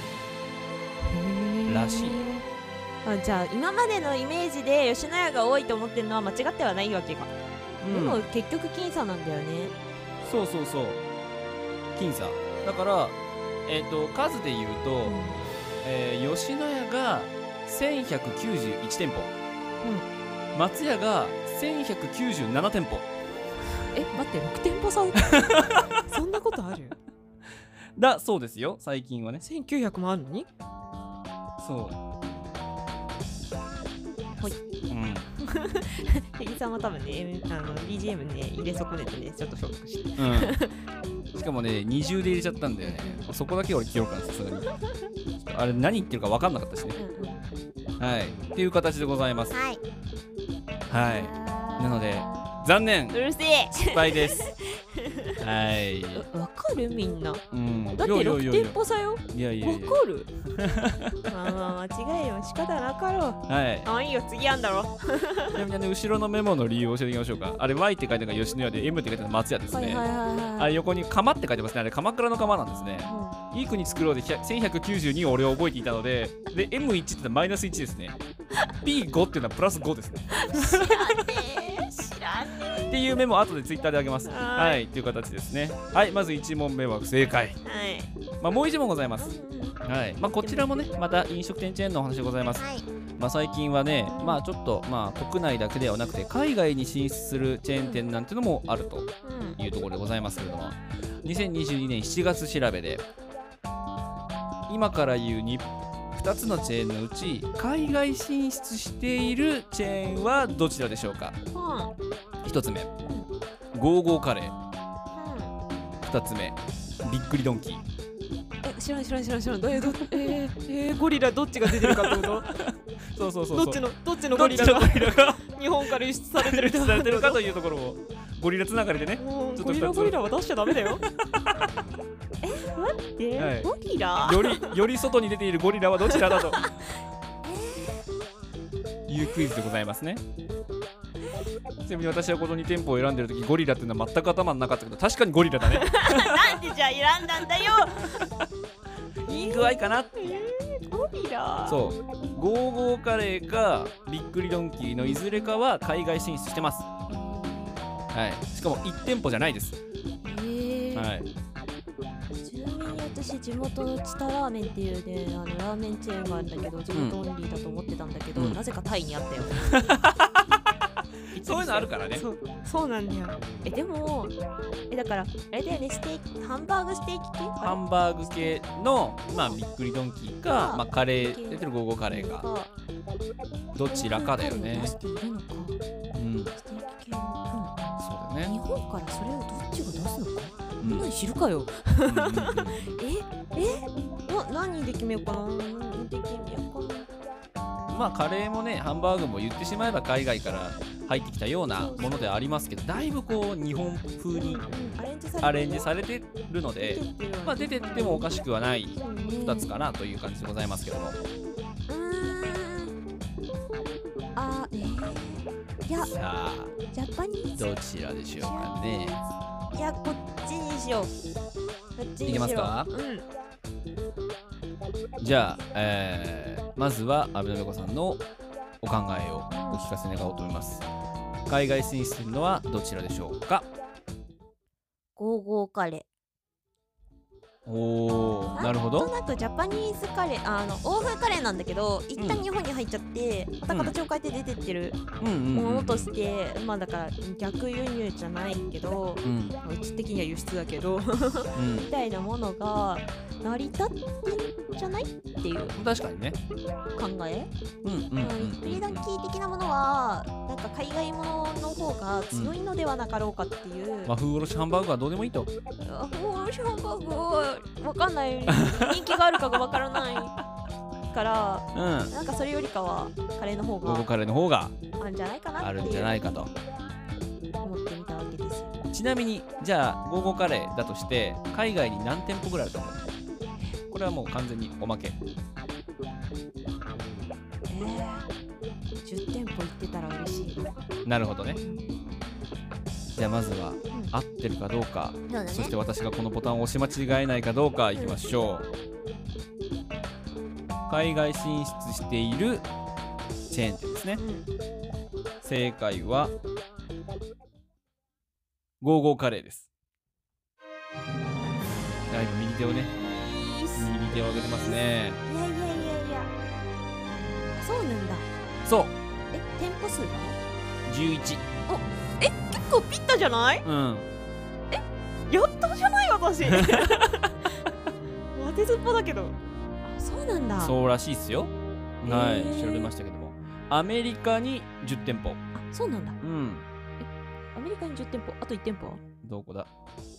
たらしい。 あじゃあ今までのイメージで吉野家が多いと思ってるのは間違ってはないわけか。でも結局僅差なんだよね。 そうそうそう僅差だからえっ、と数で言うと、 うんえー吉野家がせんひゃくきゅうじゅういち店舗、松屋がせんひゃくきゅうじゅうなな店舗。 え待ってろく店舗差そんなことある。 だそうですよ最近はね。 せんきゅうひゃくもあるのに。 そうほいうん八木さんは多分ねあの ビージーエム ね入れ損ねてねちょっとショックしてうん、しかもね二重で入れちゃったんだよね。そこだけ俺記憶なんですさすがに。ちょっとあれ何言ってるか分かんなかったしね。 うんうんはいっていう形でございます。 はいはいなので残念うるせえ失敗ですはいわかるみんな。 うんだってろくいやいやいや店舗差よ。 いやいやいやわかるまあまあ間違いよ仕方なかろう。 はいあいいよ次あんだろ。 ちなみにね後ろのメモの理由を教えていきましょうか。あれ Y って書いてあるのが吉野家で M って書いてあるのが松屋ですね。 はいはいはいはいあれ横に釜って書いてますね。あれ鎌倉の釜なんですね。いい国作ろうでせんひゃくきゅうじゅうにを俺は覚えていたのでで エムいち ってのはマイナスいちですね。ピーご っていうのはプラスごですね知らねえ知らねっていうメモを後でツイッターであげます。 ははいいという形ですね。はいまずいち問目は不正解。 えはいまあもういち問ございます。 うんはいまあこちらもねまた飲食店チェーンのお話でございます。 はいまあ最近はねまあちょっとまあ国内だけではなくて海外に進出するチェーン店なんてのもあるとうんいうところでございますけれども、にせんにじゅうにねんしちがつ調べで今から言うにふたつのチェーンのうち海外進出しているチェーンはどちらでしょうか。 はひとつめゴーゴーカレー、 たつめびっくりドンキー。 え、知らん知らん知らん知らん。どういうどえー、えー、ゴリラどっちが出てるかってこと？ そうそうそうそう。 どっちのどっちのゴリラが日本から輸出されてる輸出されてるかというところをゴリラつながりでね。 もうちょっとゴリラゴリラは出しちゃダメだよ。え、待って、 はいゴリラ？ よりより外に出ているゴリラはどちらだというクイズでございますね。ちなみに私はこのに店舗を選んでるときゴリラっていうのは全く頭になかったけど、確かにゴリラだね。 なんでじゃあ選んだんだよ。 いい具合かな。 えー、ゴリラ。 そう、ゴーゴーカレーかびっくりドンキーのいずれかは海外進出してます。はい、しかもいち店舗じゃないです。 えー、 はい。 ちなみに私地元のチタラーメンっていうね、あのラーメンチェーンがあるんだけど、地元オンリーだと思ってたんだけど、 うん、 なぜかタイにあったよ。 そういうのあるからね。 そう、そうなんだよ。え、でもえ、だからあれだよね、ステーキ、ハンバーグステーキ系、 ハンバーグ系のまあびっくりドンキーか、まあカレー出てるゴーゴーカレーか、どちらかだよね。 出しているのか。 うん、 ステーキ系の、 そうだよね。 日本からそれをどっちが出すのか、 うん、 何知るかよ。 うんうんうん、 ええな、何で決めようかな、何で決めようかな。 まあカレーもね、ハンバーグも言ってしまえば海外から入ってきたようなものではありますけど、だいぶこう日本風にアレンジされてるので、まあ出てってもおかしくはないふたつかなという感じでございますけども。 うーん、あ、えー、いや、 さあジャパニーズどちらでしょうかね。 いや、こっちにしよう。こっちにしよう。 いけますか？ うん。 じゃあ、えー、まずは阿部のべこさんのお考えをお聞かせ願おうと思います。海外進出するのはどちらでしょうか？ ゴーゴーカレおー、 ー。 なるほど。 なんとなくジャパニーズカレー、あの欧風カレーなんだけど、一旦日本に入っちゃって、また形を変えて出てってるうんうんうんうん、 ものとして、まあだから逆輸入じゃないけど、 うん、 うち的には輸出だけど、 うん、 みたいなものが成り立ってんじゃないっていう確かにね。 考え。 うんうんうんビックリドンキー的なものはなんか海外ものの方が強いのではなかろうかっていう、 うん、和風おろしハンバーグはどうでもいいと。 和風おろしハンバーグはわかんない、人気があるかがわからないから、 うん、 なんかそれよりかはカレーの方がゴーゴーカレーの方があるんじゃないかなっていうあるんじゃないかと思ってみたわけですよ。 ちなみにじゃあゴーゴーカレーだとして海外に何店舗ぐらいあると思う？これはもう完全におまけ。 えー、じゅってんぽ行ってたら嬉しいな。 なるほどね。じゃあまずは、 うん、 合ってるかどうか、 そうだね、 そして私がこのボタンを押し間違えないかどうかいきましょう。海外進出しているチェーン店ですね。 うん、 正解はゴーゴーカレーです。だいぶ右手をね、右手を上げてますね。 いやいやいやいや、そうなんだ。 そうえ、店舗数がじゅういち。 え、結構ピッタじゃない？ うん、 やったじゃない私。当てずっぽだけど。あ、そうなんだ。 そうらしいっすよ。はい、 へー調べましたけども、アメリカにじゅってんぽ。 あ、そうなんだ。 うんアメリカにじゅってんぽ、あといち店舗は？ どこだ？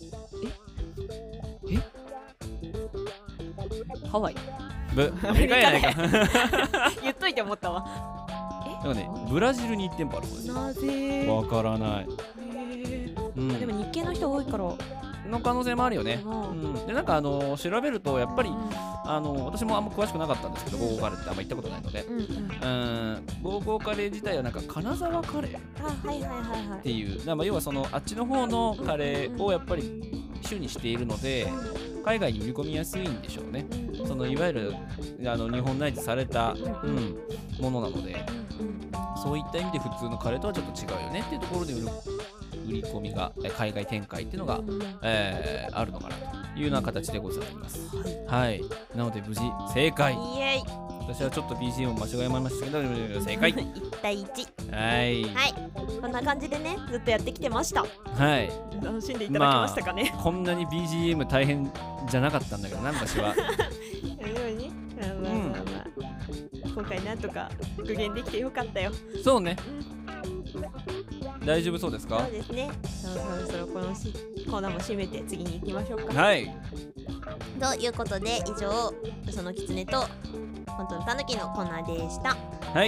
ハワイ。 ブアメリカやないか。 言っといて思ったわ。 なんかね、ブラジルにいち店舗あるそうです。 なぜ？ わからない。 へー、 うん、 でも日系の人多いからの可能性もあるよね。 ううんん、でなんかあの調べるとやっぱりうんあの私もあんま詳しくなかったんですけど、ゴーゴーカレーってあんま行ったことないので、 うんうん、 うんゴーゴーカレー自体はなんか金沢カレーっあ、はいはいはいはい。 ていう、まあ要はそのあっちの方のカレーをやっぱり主にしているので、海外に売り込みやすいんでしょうね。 うんうん、 そのいわゆるあの日本内でされた、 うんうん、ものなので、 うんうん、 そういった意味で普通のカレーとはちょっと違うよねっていうところで売る売り込みがえ海外展開っていうのが、 うんうん、 えーあるのかなというような形でございます。 はい、 はい、なので無事正解。 イエイ。 私はちょっと ビージーエム 間違えましたけど正解。 いち対いち。 はいはい、こんな感じでね、ずっとやってきてました。 はい。 楽しんでいただけましたかね。 まあ、こんなに ビージーエム 大変じゃなかったんだけどな、昔は。 でもね、まあまあまあまあ、今回なんとか復元できてよかったよ。 そうね。 うん、 大丈夫そうですか？ そうですね。そうそろそろこのしコーナーも締めて次に行きましょうか。 はいということで以上そのキツネと本当のタヌキのコーナーでした。 はい。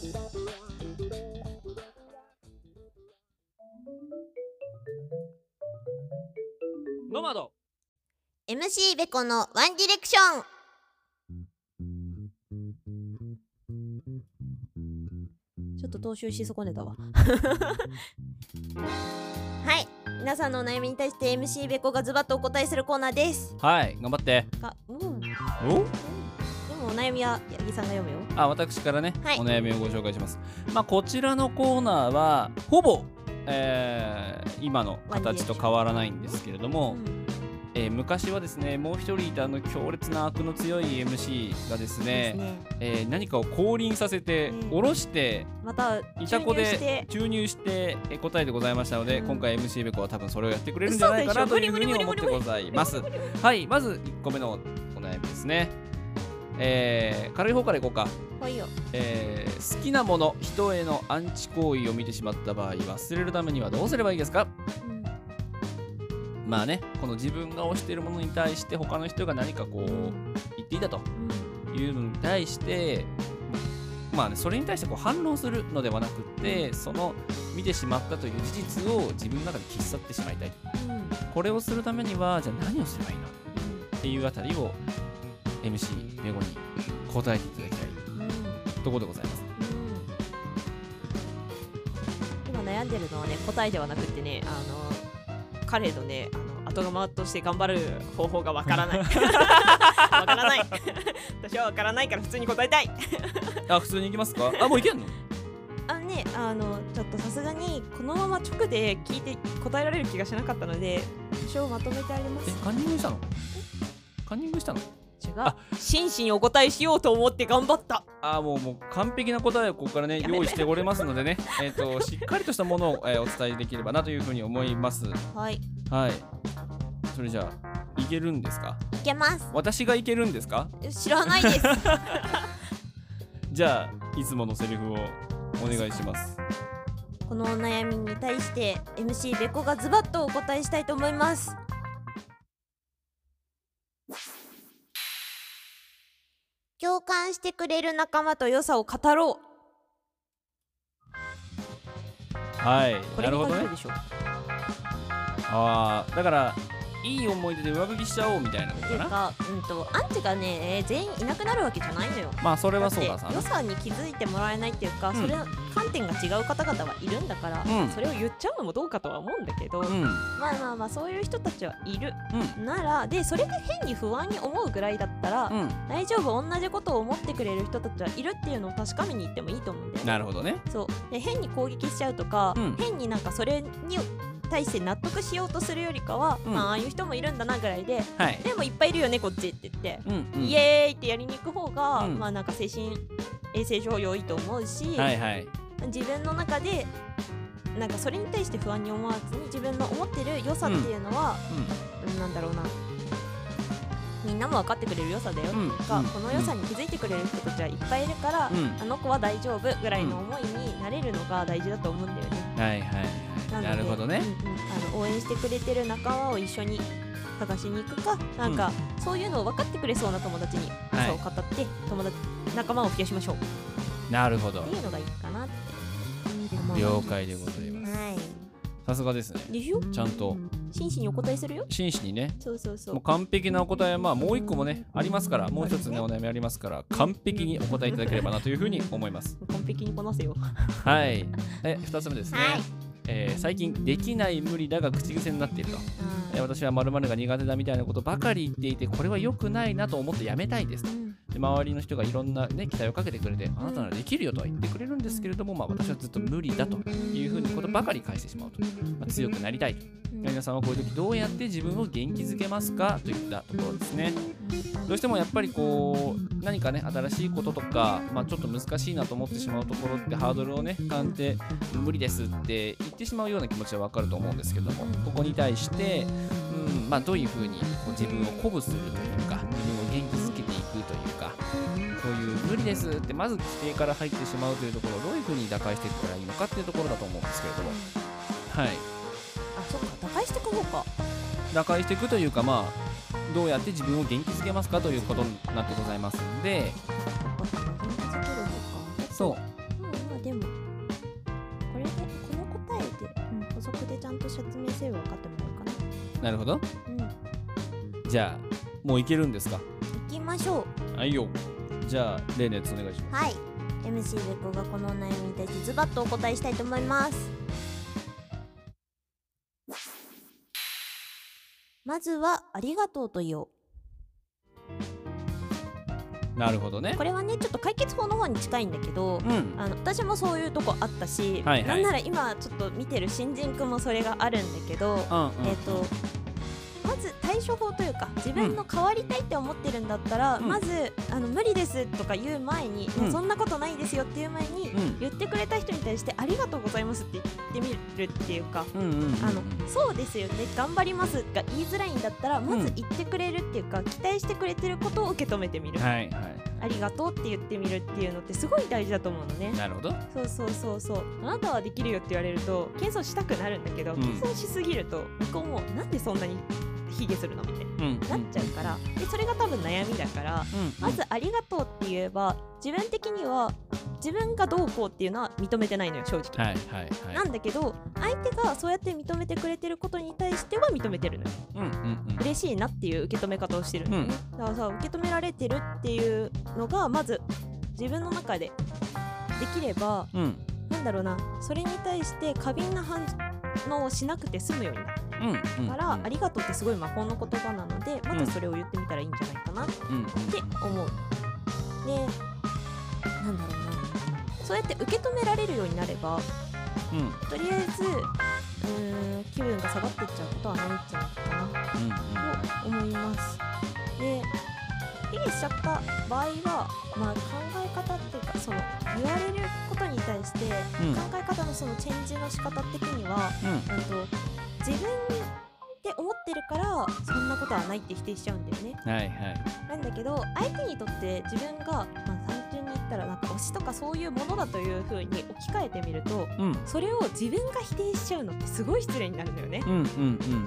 ノマドエムシー ベコのワンディレクション。ちょっと踏襲し損ねたわはい、皆さんのお悩みに対して エムシー ベコがズバッとお答えするコーナーです。 はい、頑張って。 あ、うん、でおもお悩みは八木さんが読むよ。 あ、私からね、 はい、 お悩みをご紹介します。まあこちらのコーナーはほぼ、えー、今の形と変わらないんですけれども、うんえー、昔はですね、もう一人いたあの強烈な悪の強い エムシー がですね、ですねえー、何かを降臨させて、うん、下ろしてまたいたこで注入して答えでございましたので、うん、今回 エムシー ベコは多分それをやってくれるんじゃないかなというふうに思ってございます。はい、まずいっこめのお悩みですね。えー、軽い方からいこうか。 はいよ。 えー、好きなもの、人へのアンチ行為を見てしまった場合、忘れるためにはどうすればいいですか？まあね、この自分が推しているものに対して他の人が何かこう言っていたというのに対して、まあね、それに対してこう反論するのではなくってその見てしまったという事実を自分の中で消し去ってしまいたい、うん、これをするためにはじゃあ何をすればいいのっていうあたりを エムシー メゴに答えていただきたい、うん、ところでございます、 うん、今悩んでるのはね答えではなくってねあの彼のね、あの後釜として頑張る方法がわからないわからない私はわからないから普通に答えたいあ、普通に行きますか？あ、もういけんの？ あのね、あのちょっとさすがにこのまま直で聞いて答えられる気がしなかったので多少まとめてあります。 え、カンニングしたの？カンニングしたの？ 違う、真摯にお答えしようと思って頑張った。 あ、もうもう完璧な答えをここからね用意しておりますのでねえっとしっかりとしたものを、えー、お伝えできればなというふうに思います。 はいはい。それじゃあいけるんですか？ いけます。 私がいけるんですか？ 知らないですじゃあいつものセリフをお願いします。 このお悩みに対して エムシー ベコがズバッとお答えしたいと思います。共感してくれる仲間と良さを語ろう。 はい、 これに限るでしょ。 ああ、だからいい思い出で上書きしちゃおうみたいなことかな。 ていうか、うんとアンチがね全員いなくなるわけじゃないのよ。 まあそれはそうださ。 良さに気づいてもらえないっていうか、うん、それ観点が違う方々はいるんだから、うん、それを言っちゃうのもどうかとは思うんだけど、うん、まあまあまあそういう人たちはいる、うん、ならでそれで変に不安に思うぐらいだったら、うん、大丈夫、同じことを思ってくれる人たちはいるっていうのを確かめに行ってもいいと思うんだよね。 なるほどね。 そうで変に攻撃しちゃうとか、うん、変になんかそれに対して納得しようとするよりかは、うん、まあ、ああいう人もいるんだなぐらいで、はい、でもいっぱいいるよねこっちって言って、うんうん、イエーイってやりに行く方が、うん、まあなんか精神衛生上良いと思うし、はいはい、自分の中でなんかそれに対して不安に思わずに自分の思ってる良さっていうのは、うんうん、なんだろうな、みんなも分かってくれる良さだよとか、うん、この良さに気づいてくれる人たちはいっぱいいるから、うん、あの子は大丈夫ぐらいの思いになれるのが大事だと思うんだよね。 はいはい、な, なるほどね、 うんうん、あの応援してくれてる仲間を一緒に探しに行くか、なんか、うん、そういうのを分かってくれそうな友達にそう語って、はい、友達仲間を増やしましょう。 なるほど。 っていうのがいいかなって。 了解でございます。はい、さすがですね。 でしょ？ ちゃんと真摯にお答えするよ。 真摯にね。 そうそうそう。 もう完璧なお答えはまあもう一個もねありますから、もう一つねお悩みありますから完璧にお答えいただければなというふうに思います。 完璧にこなせよ。 はい。え、二つ目ですね。はい、えー、最近できない無理だが口癖になっていると、えー、私は〇〇が苦手だみたいなことばかり言っていてこれは良くないなと思ってやめたいですと、で周りの人がいろんな、ね、期待をかけてくれてあなたならできるよとは言ってくれるんですけれども、まあ、私はずっと無理だというふうなことばかり返してしまうと、まあ、強くなりたいと、皆さんはこういう時どうやって自分を元気づけますかといったところですね。どうしてもやっぱりこう何かね新しいこととか、まあ、ちょっと難しいなと思ってしまうところってハードルをね感じて無理ですって言ってしまうような気持ちは分かると思うんですけども、ここに対して、うんまあ、どういうふうにこう自分を鼓舞するというか自分を元気づけていくというか、そういう無理ですってまず規定から入ってしまうというところをどういうふうに打開していったらいいのかっていうところだと思うんですけれども、はい。 あ、 そっか、打開していく方か。 打開していくというか、まあどうやって自分を元気づけますかということになってございますんで。 元気づける方か。 そう、 うん、まあでもこれでこの答えで、うん、補足でちゃんと説明すれば分かってもらうかな。 なるほど。 うん、 じゃあもういけるんですか。 行きましょう。 はいよ。じゃあ例のやつお願いします。 はい、 エムシー べこがこのお悩みに対してズバッとお答えしたいと思います。まずはありがとうと言おう。 なるほどね。 これはねちょっと解決法の方に近いんだけど、 うん、 あの私もそういうとこあったし、 はいはい、 なんなら今ちょっと見てる新人くんもそれがあるんだけど、 うんうん、 えっとまず対処法というか、自分の変わりたいって思ってるんだったら、うん、まずあの無理ですとか言う前に、うん、もうそんなことないですよっていう前に、うん、言ってくれた人に対してありがとうございますって言ってみるっていうか、 うんうんうんうん、 あのそうですよね、頑張りますが言いづらいんだったら、まず言ってくれるっていうか、期待してくれてることを受け止めてみる、 はいはい、 ありがとうって言ってみるっていうのってすごい大事だと思うのね。 なるほど。 そうそうそうそう。あなたはできるよって言われると謙遜したくなるんだけど、 うん、 謙遜しすぎると向こうもなんでそんなに卑下するのみたいな、うん、なっちゃうから、でそれが多分悩みだから、うん、まずありがとうって言えば自分的には自分がどうこうっていうのは認めてないのよ正直、はいはいはい、なんだけど相手がそうやって認めてくれてることに対しては認めてるのよ、うんうんうん、嬉しいなっていう受け止め方をしてるのよね、うん、だからさ受け止められてるっていうのがまず自分の中でできれば、うん、なんだろうな、それに対して過敏な反応をしなくて済むようになる、うん、だから、うん、ありがとうってすごい魔法の言葉なので、まずそれを言ってみたらいいんじゃないかなって思う、うん、で、なんだろうな、そうやって受け止められるようになれば、うん、とりあえずうーん気分が下がってっちゃうことはないんじゃないかな、うんうん、と思います。で卑下しちゃった場合は、まあ、考え方っていうか、その言われることに対して、うん、考え方のそのチェンジの仕方的には、うん、と自分って思ってるからそんなことはないって否定しちゃうんだよね、はいはい、なんだけど相手にとって自分が、まあ、単純に言ったらなんか推しとかそういうものだという風に置き換えてみると、うん、それを自分が否定しちゃうのってすごい失礼になるんだよね、うんうんうん、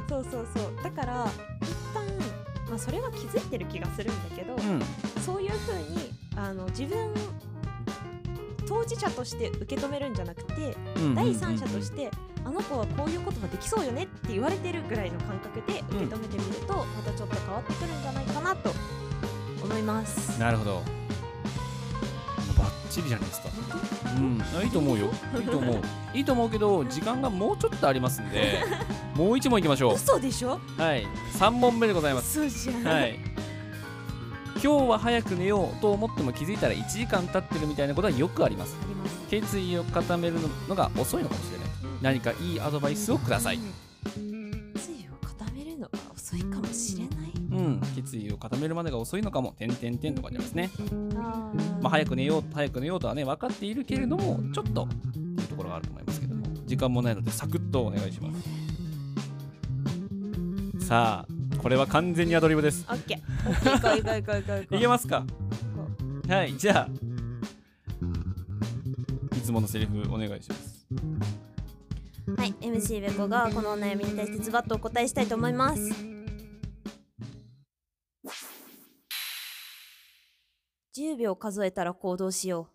そうそうそう。だから一旦まあ、それは気づいてる気がするんだけど、うん、そういう風にあの自分当事者として受け止めるんじゃなくて、うんうんうんうん、第三者としてあの子はこういうことができそうよねって言われてるぐらいの感覚で受け止めてみると、うん、またちょっと変わってくるんじゃないかなと思います。 なるほど、バッチリじゃないですか。うん、いいと思うよ。いいと思う。いいと思うけど時間がもうちょっとありますんでもう一問いきましょう。 嘘でしょ。 はい、さん問目でございます。 嘘じゃん。 はい。今日は早く寝ようと思っても気づいたらいちじかん経ってるみたいなことはよくあります。 あります。 決意を固めるのが遅いのかもしれない。何かいいアドバイスをください。 決意を固めるのが遅いかもしれない。 うん、決意を固めるまでが遅いのかも。点点点とかありますね。あまあ早く寝よう早く寝ようとはね分かっているけれどもちょっとっていうところがあると思いますけども、時間もないのでサクッとお願いします。さあこれは完全にアドリブです。 オッケー。いこういこういこういこう。 いけますか。はい、じゃあいつものセリフお願いします。 はい、エムシー べこがこのお悩みに対してズバッとお答えしたいと思います。じゅうびょう数えたら行動しよ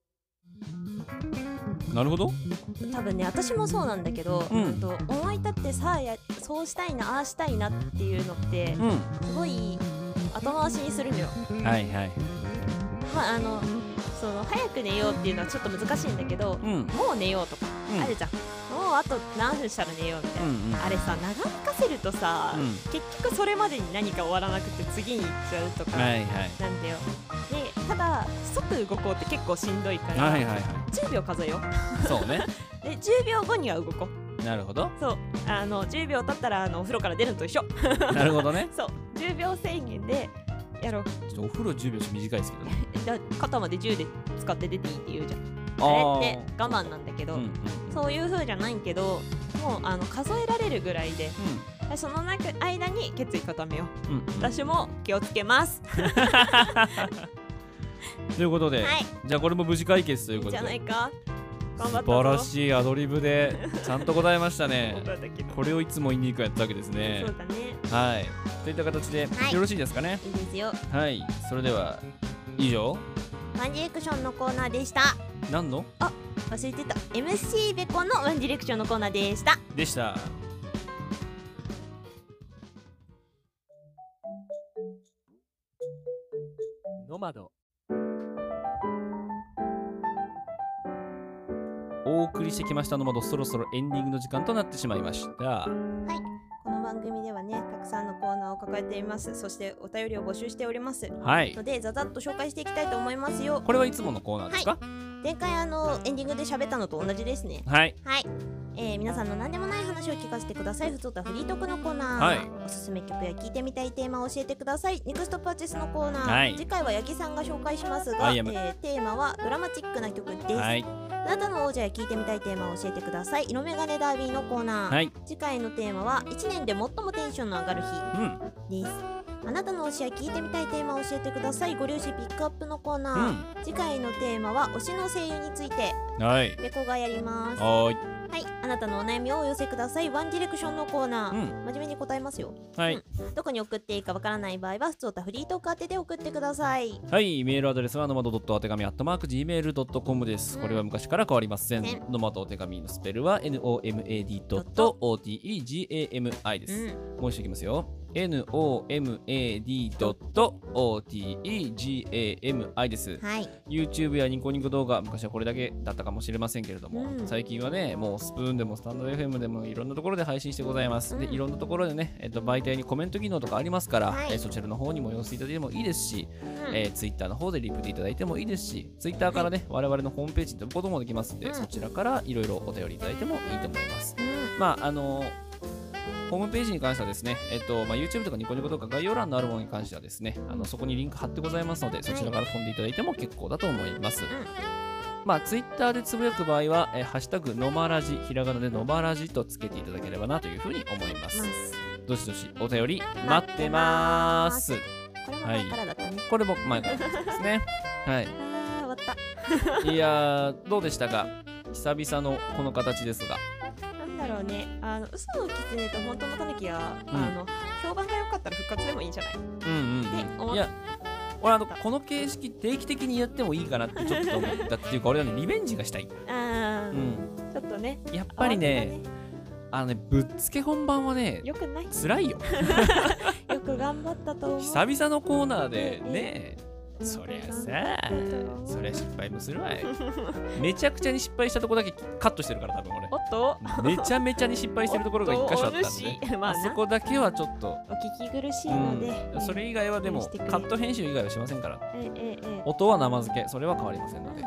う。なるほど。 多分ね私もそうなんだけど、うん、と思い立ってさあやそうしたいなああしたいなっていうのって、うん、すごい後回しにするのよ。 はいはい。 まああのその早く寝ようっていうのはちょっと難しいんだけど、うん、もう寝ようとか、うん、あるじゃん。もうあと何分したら寝ようみたいな、うんうん、あれさ長引かせるとさ、うん、結局それまでに何か終わらなくて次に行っちゃうとか、はいはい、なんだよ。でただ即動こうって結構しんどいから、はいはいはい、じゅうびょう数えよう。そうね。でじゅうびょうごには動こう。 なるほど。 そうあのじゅうびょう経ったらあのお風呂から出るのと一緒。 なるほどね。 そうじゅうびょう制限でやろう。 ちょっとお風呂じゅうびょうし短いですけどね。肩までじゅうで使って出ていいって言うじゃん。あれって我慢なんだけど、うんうん、そういう風じゃないけどもうあの数えられるぐらいで、うん、その間に決意固めよう、うんうん、私も気をつけます。 ということで、はい、じゃあこれも無事解決ということでいいんじゃないか。 頑張ったぞ。 素晴らしいアドリブでちゃんと答えましたねそうだけどこれをいつも言いにくくやったわけですね。 そうだね。 はいといった形で、 はいよろしいですかね。 いいですよ。 はいそれでは以上ワンディレクションのコーナーでした。 何の忘れてた エムシー ベコのワンディレクションのコーナーでした。 でした。ノマドお送りしてきましたノマド、そろそろエンディングの時間となってしまいました。 この番組ではね、たくさんのコーナーを抱えています。そしてお便りを募集しておりますはいので、ざざっと紹介していきたいと思いますよ。 これはいつものコーナーですか？ 前回あのエンディングで喋ったのと同じですね。 はいはい、えー、皆さんの何でもない話を聞かせてください。ふつおたフリートークのコーナー、 はいおすすめ曲や聞いてみたいテーマを教えてください。ネクストパーチェスのコーナー、 はい次回は八木さんが紹介しますが、 I え am ー、テーマはドラマチックな曲です。 はいあなたの王者や聞いてみたいテーマを教えてください。色眼鏡ダービーのコーナー、 はい次回のテーマはいちねんで最もテンションの上がる日うんです。あなたの推しや聞いてみたいテーマを教えてください。ご両親ピックアップのコーナー、 うん次回のテーマは推しの声優について、 はいベコがやります。 はーいはい、あなたのお悩みをお寄せください。ワンディレクションのコーナー、 うん真面目に答えますよ。 はい、 うんどこに送っていいかわからない場合は、ふつおたフリートーク宛てで送ってください。 はい、メールアドレスはノマドドットお手紙アットマーク ジーメールドットコム です。これは昔から変わりません。 ねノマドお手紙のスペルは ノマドドットオーティーイージーエーエムアイ です。 うんもう一度いきますよ。ノマドドットオーティーイージーエーエムアイ です。 はい、 YouTube やニコニコ動画、昔はこれだけだったかもしれませんけれども、 うん最近はね、もうスプーンでもスタンド エフエム でもいろんなところで配信してございます。で、 うんいろんなところでね、えっと、媒体にコメント機能とかありますから、 はいえーそちらの方にも寄せていただいてもいいですし、 うんえー、Twitter の方でリプでいただいてもいいですし、Twitter からね、我々のホームページに飛ぶこともできますので、 うんそちらからいろいろお便りいただいてもいいと思います。 うんまあ、あのーホームページに関してはですね、えっとまあ、YouTube とかニコニコとか概要欄のあるものに関してはですね、あのそこにリンク貼ってございますので、そちらから飛んでいただいても結構だと思います。まあ、Twitter でつぶやく場合は、えーハッシュタグのまらじ、ひらがなでのまらじとつけていただければなというふうに思います。どしどしお便り待ってまーす。 これも前からだったね。 これも前からですね。はい。 あー終わった。 いやー、どうでしたか？久々のこの形ですが。 なんだろうね、あの嘘の狐と本当のタヌキは、 うんあの評判が良かったら復活でもいいんじゃない？ うんうん、 で思っうん。いや、俺あのこの形式定期的にやってもいいかなってちょっと思ったっていうか、俺はねリベンジがしたい。 あー、 うん。 ちょっとね、 やっぱりね、あのねぶっつけ本番はね、 よくない？ 辛いよ。 よく頑張ったと思う。 久々のコーナーでね。そりゃさうんそりゃ失敗もするわい。めちゃくちゃに失敗したとこだけカットしてるから多分俺おっとめちゃめちゃに失敗してるところが一箇所あったんで、 おっとお主まあなあそこだけはちょっと、 お聞き苦しいので、 うん、それ以外はでも許してくれカット編集以外はしませんから、 ええええ音は生付けそれは変わりませんので、 いや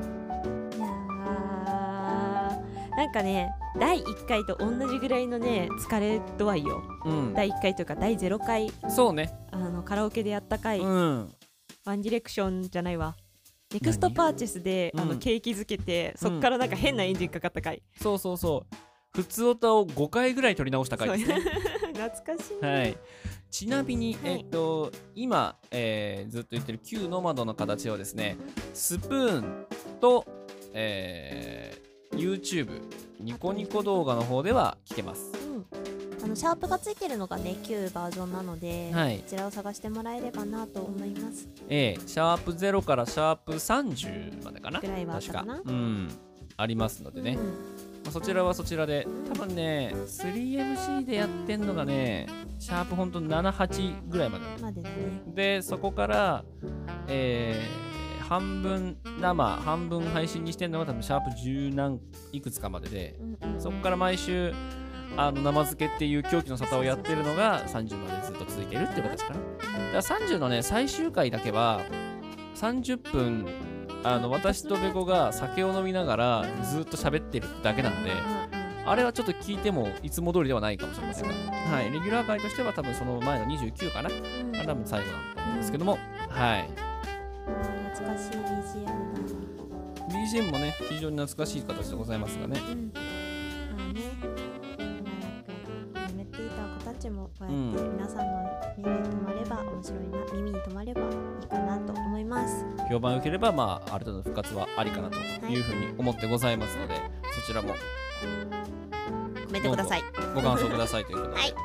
ーなんかねだいいっかいと同じぐらいのね疲れ度合いよ。 うんだいいっかいというかだいゼロかいそうね、 あのカラオケでやった回、 うんワンディレクションじゃないわネクストパーチェスであうんの景気づけて、そっからなんか変なエンジンかかった回、 そうそうそう普通歌をごかいぐらい取り直した回ですね。 懐かしい、 はいちなみに、 はいえっと今、えーずっと言ってる旧ノマドの形はですね、スプーンと、えー YouTube ニコニコ動画の方では聞けます。 うんあのシャープがついてるのがね旧バージョンなので、 はいこちらを探してもらえればなと思います。 えーシャープゼロからシャープさんじゅうまでかなぐらいはあったかな確か、うん、ありますのでね、 うんまあ、そちらはそちらで多分ね スリーエムシー でやってんのがねシャープほんとなな、はちぐらいまでまでだね。 でそこから、えー半分生半分配信にしてんのが多分シャープじゅう何いくつかまでで、 うんうんそこから毎週あの生付けっていう狂気の沙汰をやってるのがさんじゅうまでずっと続いてるって形かな。だからさんじゅうのね最終回だけはさんじゅっぷんあの私とベコが酒を飲みながらずっと喋ってるだけなんで、あれはちょっと聞いてもいつも通りではないかもしれませんが、はい、レギュラー回としては多分その前のにじゅうきゅうかな、 うんうんあれ多分最後なんだと思うんですけども、はいあー懐かしい ビージーエム だ。 ビージーエム もね非常に懐かしい形でございますがね、 うんまあね長く眠っていた子たんちもこうやって皆さんの耳に留まれば面白いな、耳に留まればいいかなと思います。 評判良ければ、まあ、ある程度の復活はありかなというふうに思ってございますので、はい、そちらもコメントください。 ご感想くださいということで、はい、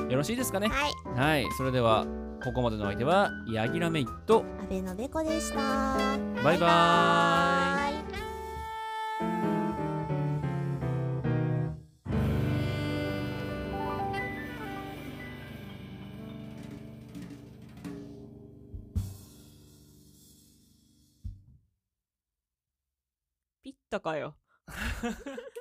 よろしいですかね。 はい、 はい、それではここまでの相手はヤギラメイと阿部のべこでした。 バイバーイ。 ピッタかよ